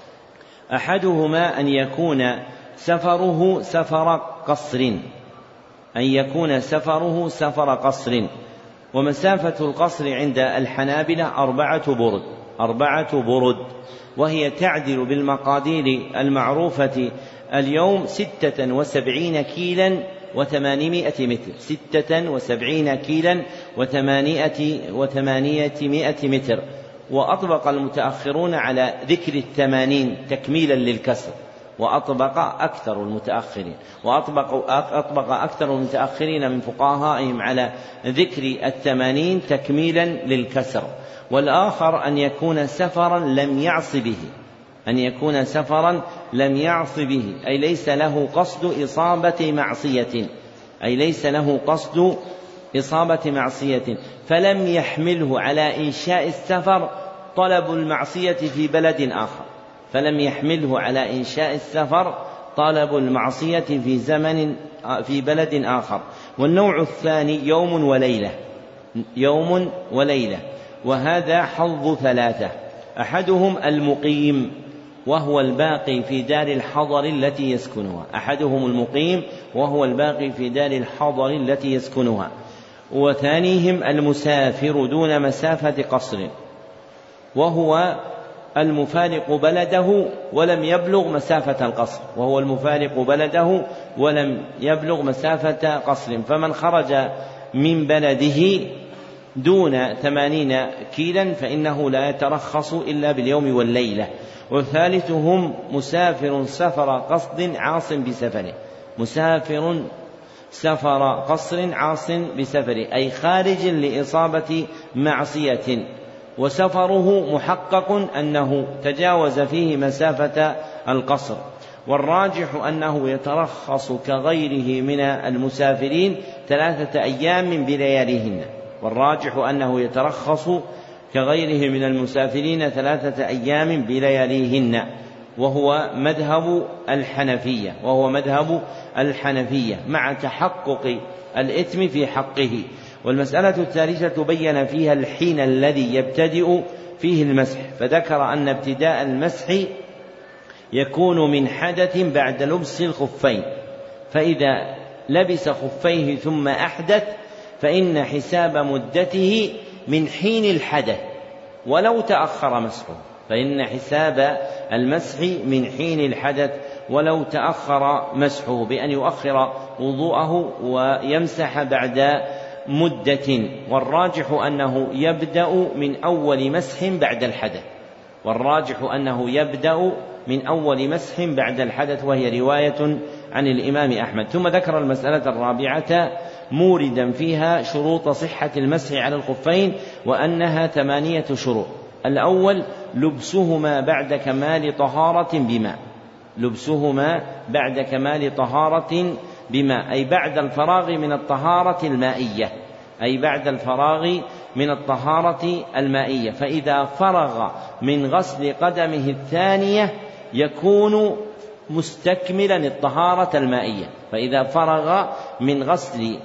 أحدهما أن يكون سفره سفر قصر أن يكون سفره سفر قصر ومسافة القصر عند الحنابلة أربعة برد أربعة برد وهي تعدل بالمقادير المعروفة اليوم ستة وسبعين كيلا وثمانمائة متر ستة وسبعين كيلا وثمانية وثمانية متر. وأطبق المتأخرون على ذكر الثمانين تكميلا للكسر وأطبق أكثر المتأخرين وأطبق أطبق أكثر المتأخرين من فقهائهم على ذكر الثمانين تكميلا للكسر. والآخر أن يكون سفرا لم يعص به أن يكون سفرا لم يعص به، أي ليس له قصد إصابة معصية، أي ليس له قصد إصابة معصية، فلم يحمله على إنشاء السفر طلب المعصية في بلد آخر، فلم يحمله على إنشاء السفر طلب المعصية في زمن في بلد آخر. والنوع الثاني يوم وليلة، يوم وليلة، وهذا حظ ثلاثة: أحدهم المقيم وهو الباقي في دار الحضر التي يسكنها، أحدهم المقيم وهو الباقي في دار الحضر التي يسكنها، وثانيهم المسافر دون مسافة قصر وهو المفارق بلده ولم يبلغ مسافة القصر، وهو المفارق بلده ولم يبلغ مسافة قصر، فمن خرج من بلده دون ثمانين كيلا فإنه لا يترخص إلا باليوم والليلة. وثالثهم مسافر سفر قصد عاص بسفره، مسافر سفر قصر عاص بسفره، أي خارج لإصابة معصية، وسفره محقق أنه تجاوز فيه مسافة القصر. والراجح أنه يترخص كغيره من المسافرين ثلاثة أيام بلياليهن، والراجح أنه يترخص كغيره من المسافرين ثلاثة أيام بلياليهن، وهو مذهب الحنفية وهو مذهب الحنفية مع تحقق الإثم في حقه. والمسألة الثالثة بين فيها الحين الذي يبتدئ فيه المسح، فذكر أن ابتداء المسح يكون من حدث بعد لبس الخفين، فإذا لبس خفيه ثم أحدث فإن حساب مدته من حين الحدث ولو تأخر مسحه، فإن حساب المسح من حين الحدث ولو تأخر مسحه، بأن يؤخر وضوءه ويمسح بعد مدة. والراجح أنه يبدأ من أول مسح بعد الحدث، والراجح أنه يبدأ من أول مسح بعد الحدث، وهي رواية عن الإمام أحمد. ثم ذكر المسألة الرابعة موردا فيها شروط صحة المسح على الخفين، وأنها ثمانية شروط: الأول لبسهما بعد كمال طهارة بماء، لبسهما بعد كمال طهارة بماء، أي بعد الفراغ من الطهارة المائية، أي بعد الفراغ من الطهارة المائية، فإذا فرغ من غسل قدمه الثانية يكون مستكملا الطهارة المائية، فإذا فرغ من غسل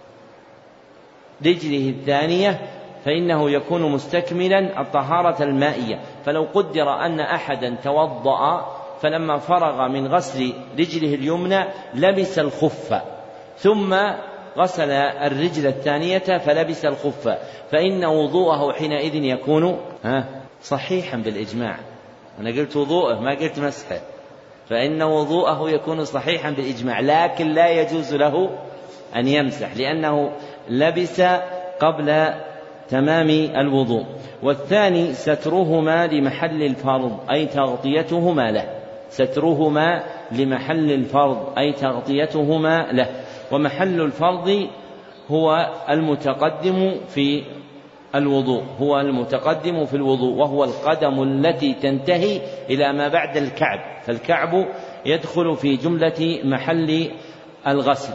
رجله الثانية فإنه يكون مستكملا الطهارة المائية. فلو قدر أن أحدا توضأ فلما فرغ من غسل رجله اليمنى لبس الخف ثم غسل الرجل الثانية فلبس الخف، فإن وضوءه حينئذ يكون صحيحا بالإجماع. أنا قلت وضوءه ما قلت مسحه، فإن وضوءه يكون صحيحا بالإجماع، لكن لا يجوز له أن يمسح لأنه لبس قبل تمام الوضوء. والثاني سترهما لمحل الفرض أي تغطيتهما له، سترهما لمحل الفرض أي تغطيتهما له. ومحل الفرض هو المتقدم في الوضوء، هو المتقدم في الوضوء وهو القدم التي تنتهي إلى ما بعد الكعب، فالكعب يدخل في جملة محل الغسل،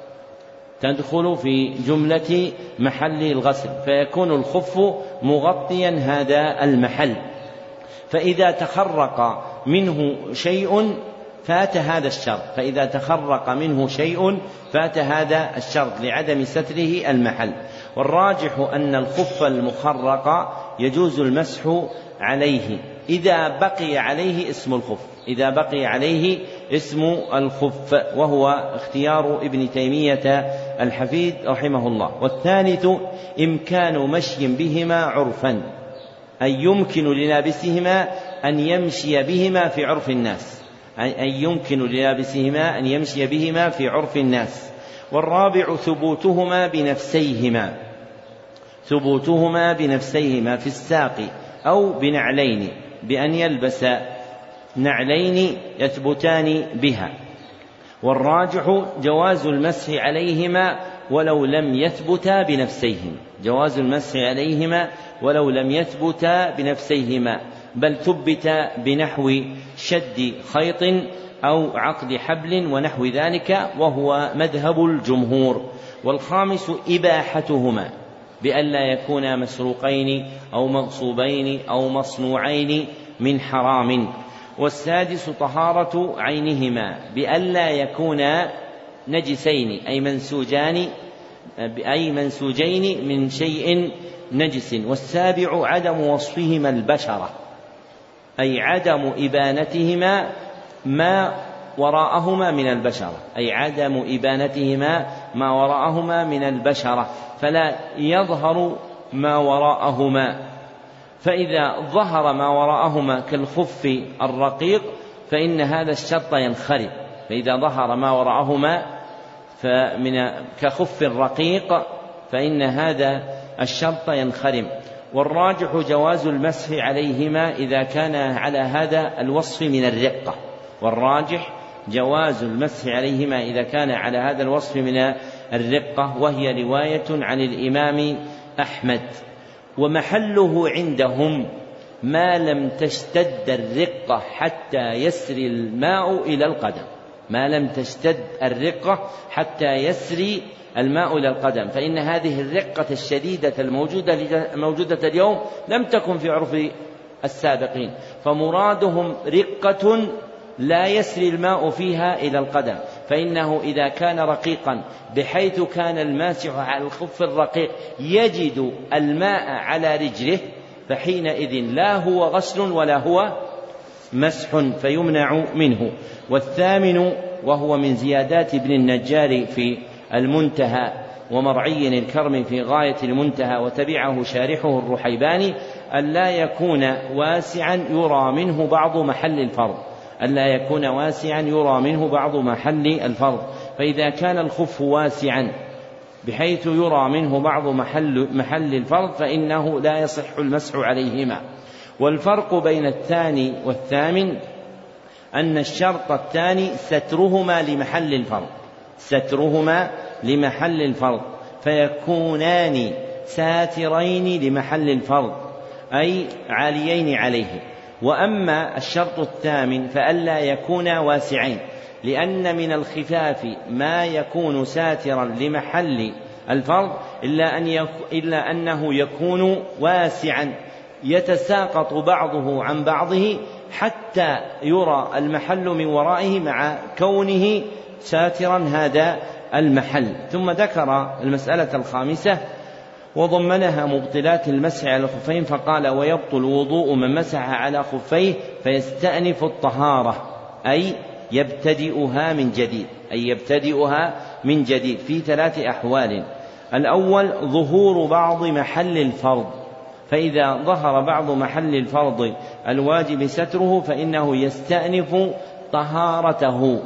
تدخل في جملة محل الغسل، فيكون الخف مغطيا هذا المحل، فإذا تخرق منه شيء فات هذا الشرط، فإذا تخرق منه شيء فات هذا الشرط لعدم ستره المحل. والراجح أن الخف المخرق يجوز المسح عليه إذا بقي عليه اسم الخف، إذا بقي عليه اسم الخف، وهو اختيار ابن تيمية الحفيد رحمه الله. والثالث إمكان مشي بهما عرفا، أي يمكن للابسهما أن يمشي بهما في عرف الناس، أي يمكن للابسهما أن يمشي بهما في عرف الناس. والرابع ثبوتهما بنفسيهما، ثبوتهما بنفسيهما في الساق أو بنعلين، بأن يلبس نعلين يثبتان بها. والراجح جواز المسح عليهما ولو لم يثبتا بنفسيهما، جواز المسح عليهما ولو لم يثبتا بنفسيهما، بل ثبت بنحو شد خيط أو عقد حبل ونحو ذلك، وهو مذهب الجمهور. والخامس إباحتهما بألا يكونا مسروقين أو مغصوبين أو مصنوعين من حرام. والسادس طهارة عينهما بألا يكونا نجسين أي منسوجان أي منسوجين من شيء نجس. والسابع عدم وصفهما البشرة أي عدم إبانتهما ما وراءهما من البشرة أي عدم إبانتهما ما وراءهما من البشرة، فلا يظهر ما وراءهما. فإذا ظهر ما وراءهما كالخف الرقيق فإن هذا الشرط ينخرم. فإذا ظهر ما وراءهما فمن كخف الرقيق فإن هذا الشرط ينخرم. والراجح جواز المسح عليهما إذا كان على هذا الوصف من الرقة. والراجح جواز المسح عليهما إذا كان على هذا الوصف من الرقة، وهي رواية عن الإمام أحمد. ومحله عندهم ما لم تشتد الرقة حتى يسري الماء إلى القدم، ما لم تشتد الرقة حتى يسري الماء إلى القدم، فإن هذه الرقة الشديدة الموجودة موجودة اليوم لم تكن في عرف السابقين، فمرادهم رقة لا يسري الماء فيها إلى القدم. فإنه إذا كان رقيقا بحيث كان الماسح على الخف الرقيق يجد الماء على رجله فحينئذ لا هو غسل ولا هو مسح فيمنع منه. والثامن وهو من زيادات ابن النجار في المنتهى ومرعي الكرم في غاية المنتهى وتبعه شارحه الرحيباني ألا يكون واسعا يرى منه بعض محل الفرض، ألا يكون واسعا يرى منه بعض محل الفرض. فإذا كان الخف واسعا بحيث يرى منه بعض محل, محل الفرض فإنه لا يصح المسح عليهما. والفرق بين الثاني والثامن أن الشرط الثاني سترهما لمحل الفرض، سترهما لمحل الفرض فيكونان ساترين لمحل الفرض أي عاليين عليه. وأما الشرط الثامن فألا يكونا واسعين، لأن من الخفاف ما يكون ساترا لمحل الفرض إلا, أن يك... إلا أنه يكون واسعا يتساقط بعضه عن بعضه حتى يرى المحل من ورائه مع كونه ساترا هذا المحل. ثم ذكر المسألة الخامسة وضمنها مبطلات المسح على الخفين فقال ويبطل وضوء من مسح على خفيه فيستأنف الطهارة أي يبتدئها من جديد، أي يبتدئها من جديد في ثلاث أحوال. الأول ظهور بعض محل الفرض، فإذا ظهر بعض محل الفرض الواجب ستره فإنه يستأنف طهارته.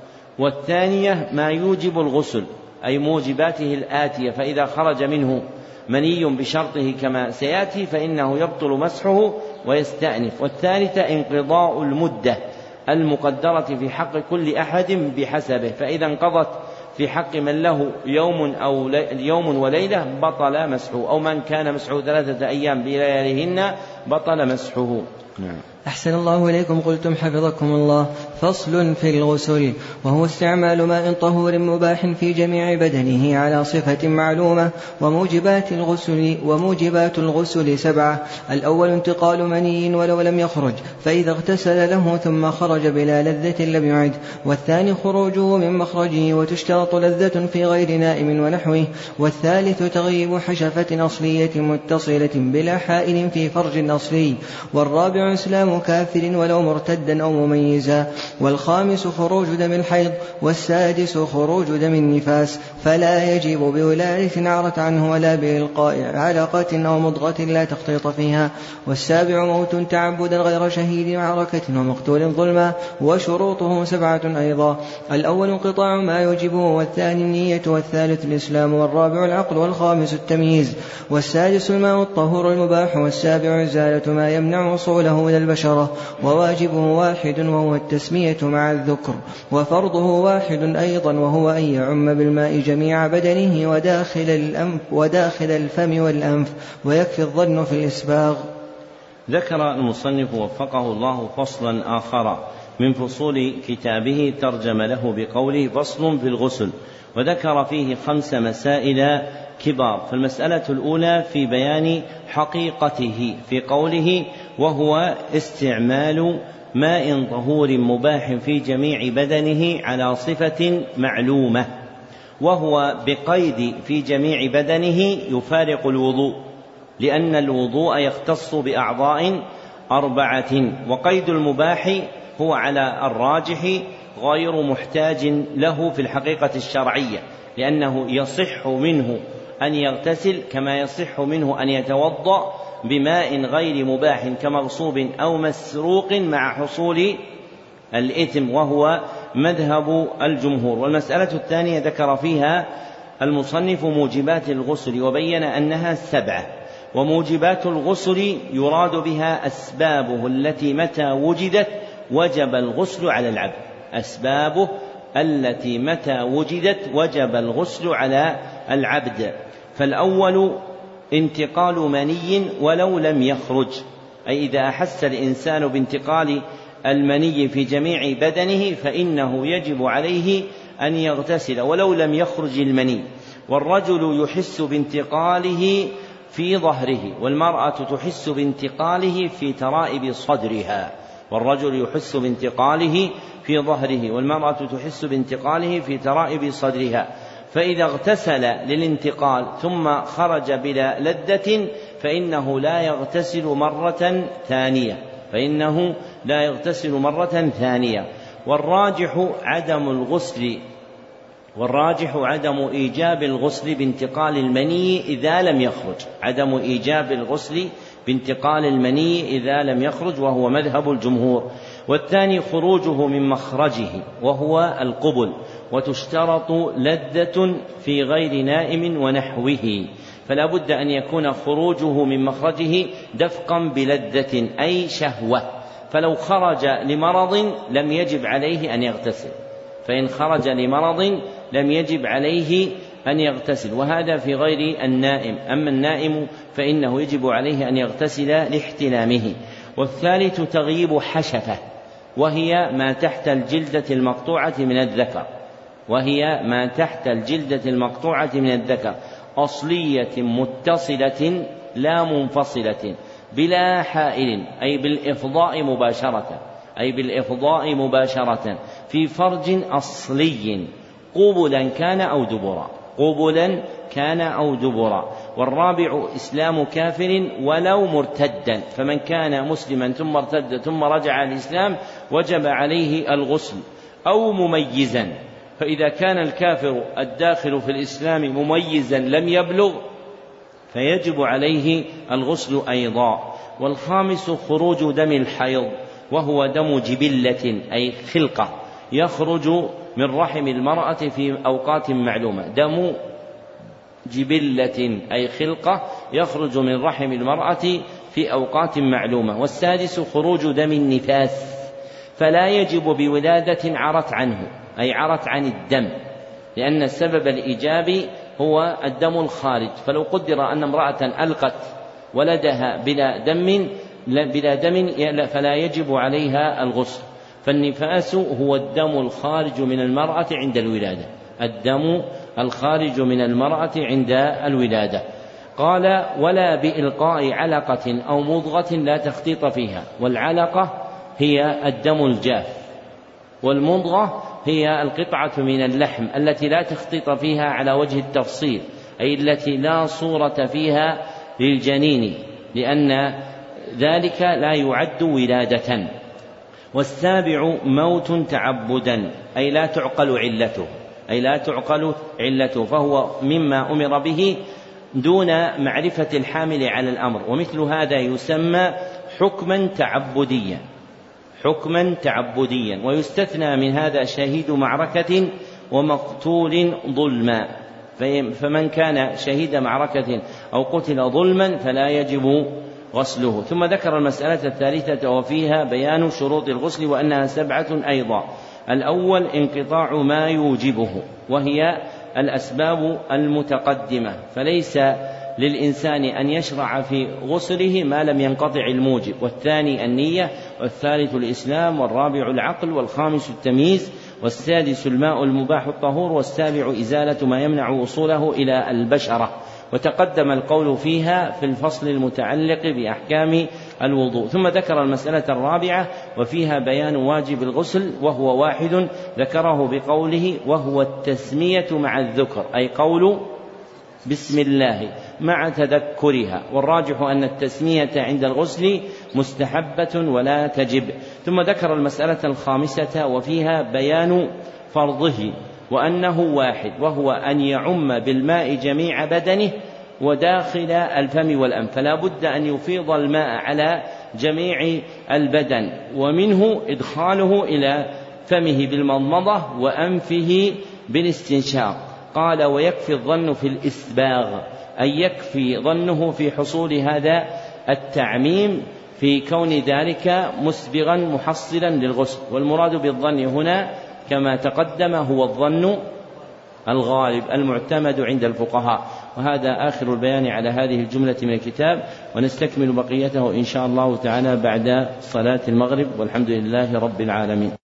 والثانية ما يوجب الغسل أي موجباته الآتية، فإذا خرج منه مني بشرطه كما سيأتي فإنه يبطل مسحه ويستأنف. والثالثة انقضاء المدة المقدرة في حق كل أحد بحسبه، فإذا انقضت في حق من له يوم أو يوم وليلة بطل مسحه، أو من كان مسحه ثلاثة أيام بلياليهن بطل مسحه. نعم. أحسن الله إليكم. قلتم حفظكم الله. فصل في الغسل، وهو استعمال ماء طهور مباح في جميع بدنه على صفة معلومة. وموجبات الغسل وموجبات الغسل سبعة. الأول انتقال مني ولو لم يخرج، فإذا اغتسل له ثم خرج بلا لذة لم يعد. والثاني خروجه من مخرجه وتشترط لذة في غير نائم ونحوه. والثالث تغيب حشفة أصلية متصلة بلا حائل في فرج أصلي. والرابع إسلام كافر ولو مرتدا أو مميزا. والخامس خروج دم الحيض. والسادس خروج دم النفاس، فلا يجب بولادة عرت عنه ولا بإلقاء علقة أو مضغة لا تخطيط فيها. والسابع موت تعبدا غير شهيد معركة ومقتول ظلما. وشروطه سبعة أيضا. الأول انقطاع ما يوجبه، والثاني النية، والثالث الإسلام، والرابع العقل، والخامس التمييز، والسادس الماء الطهور المباح، والسابع إزالة ما يمنع وصوله إلى البشرة. وواجبه واحد وهو التسمية مع الذكر. وفرضه واحد أيضا وهو أن يعم بالماء جميع بدنه وداخل الأنف وداخل الفم والأنف، ويكفي الظن في الإسباغ. ذكر المصنف وفقه الله فصلا آخر من فصول كتابه ترجم له بقوله فصل في الغسل، وذكر فيه خمس مسائل كبار. فالمسألة الأولى في بيان حقيقته في قوله وهو استعمال ماء طهور مباح في جميع بدنه على صفة معلومة، وهو بقيد في جميع بدنه يفارق الوضوء، لأن الوضوء يختص بأعضاء أربعة، وقيد المباح هو على الراجح غير محتاج له في الحقيقة الشرعية، لأنه يصح منه أن يغتسل كما يصح منه أن يتوضأ بماء غير مباح كمغصوب أو مسروق مع حصول الإثم، وهو مذهب الجمهور. والمسألة الثانية ذكر فيها المصنف موجبات الغسل وبين أنها سبعة، وموجبات الغسل يراد بها أسبابه التي متى وجدت وجب الغسل على العبد، أسبابه التي متى وجدت وجب الغسل على العبد. فالأول انتقال مني ولو لم يخرج، أي إذا أحس الإنسان بانتقال المني في جميع بدنه فإنه يجب عليه أن يغتسل ولو لم يخرج المني. والرجل يحس بانتقاله في ظهره، والمرأة تحس بانتقاله في ترائب صدرها، والرجل يحس بانتقاله في ظهره والمرأة تحس بانتقاله في ترائب صدرها. فإذا اغتسل للانتقال ثم خرج بلا لذة فإنه لا يغتسل مرة ثانية فإنه لا يغتسل مرة ثانية. والراجح عدم الغسل والراجح عدم إيجاب الغسل بانتقال المني إذا لم يخرج عدم إيجاب الغسل بانتقال المني إذا لم يخرج، وهو مذهب الجمهور. والثاني خروجه من مخرجه وهو القبل، وتشترط لذة في غير نائم ونحوه، فلا بد أن يكون خروجه من مخرجه دفقا بلذة أي شهوة، فلو خرج لمرض لم يجب عليه أن يغتسل، فإن خرج لمرض لم يجب عليه أن يغتسل، وهذا في غير النائم. أما النائم فإنه يجب عليه أن يغتسل لاحتلامه. والثالث تغييب حشفة، وهي ما تحت الجلدة المقطوعة من الذكر وهي ما تحت الجلدة المقطوعة من الذكر أصلية متصلة لا منفصلة بلا حائل، أي بالإفضاء مباشرة أي بالإفضاء مباشرة في فرج أصلي قبلا كان أو دبرا قبلا كان أو دبرا. والرابع إسلام كافر ولو مرتدا، فمن كان مسلما ثم ارتد ثم رجع الإسلام وجب عليه الغسل، أو مميزا، فإذا كان الكافر الداخل في الإسلام مميزا لم يبلغ فيجب عليه الغسل أيضا. والخامس خروج دم الحيض، وهو دم جبلة أي خلقة يخرج من رحم المرأة في أوقات معلومة، دم جبلة أي خلقة يخرج من رحم المرأة في أوقات معلومة. والسادس خروج دم النفاس، فلا يجب بولادة عرت عنه أي عرت عن الدم، لأن السبب الإيجابي هو الدم الخارج، فلو قدر أن امرأة ألقت ولدها بلا دم بلا دم فلا يجب عليها الغسل. فالنفاس هو الدم الخارج من المرأة عند الولادة الدم الخارج من المرأة عند الولادة. قال ولا بإلقاء علقة أو مضغة لا تخطيط فيها، والعلقة هي الدم الجاف، والمضغة هي القطعة من اللحم التي لا تخطيط فيها على وجه التفصيل، أي التي لا صورة فيها للجنين، لأن ذلك لا يعد ولادة. والسابع موت تعبدا، أي لا تعقل علته أي لا تعقل علته فهو مما أمر به دون معرفة الحامل على الأمر، ومثل هذا يسمى حكما تعبديا حكما تعبديا. ويستثنى من هذا شهيد معركة ومقتول ظلما، فمن كان شهيد معركة أو قتل ظلما فلا يجب غسله. ثم ذكر المسألة الثالثة وفيها بيان شروط الغسل وأنها سبعة أيضا. الأول انقطاع ما يوجبه، وهي الأسباب المتقدمة، فليس للإنسان أن يشرع في غسله ما لم ينقطع الموجب، والثاني النية، والثالث الإسلام، والرابع العقل، والخامس التمييز، والسادس الماء المباح الطهور، والسابع إزالة ما يمنع وصوله إلى البشرة. وتقدم القول فيها في الفصل المتعلق بأحكام الوضوء. ثم ذكر المسألة الرابعة وفيها بيان واجب الغسل، وهو واحد ذكره بقوله وهو التسمية مع الذكر، أي قول بسم الله مع تذكرها، والراجح أن التسمية عند الغسل مستحبة ولا تجب. ثم ذكر المسألة الخامسة وفيها بيان فرضه، وأنه واحد، وهو أن يعم بالماء جميع بدنه وداخل الفم والأنف، فلا بد أن يفيض الماء على جميع البدن، ومنه إدخاله إلى فمه بالمضمضة وأنفه بالاستنشاق. قال ويكفي الظن في الإسباغ، أي يكفي ظنه في حصول هذا التعميم في كون ذلك مسبغا محصلا للغسل. والمراد بالظن هنا كما تقدم هو الظن الغالب المعتمد عند الفقهاء. وهذا آخر البيان على هذه الجملة من الكتاب، ونستكمل بقيته إن شاء الله تعالى بعد صلاة المغرب، والحمد لله رب العالمين.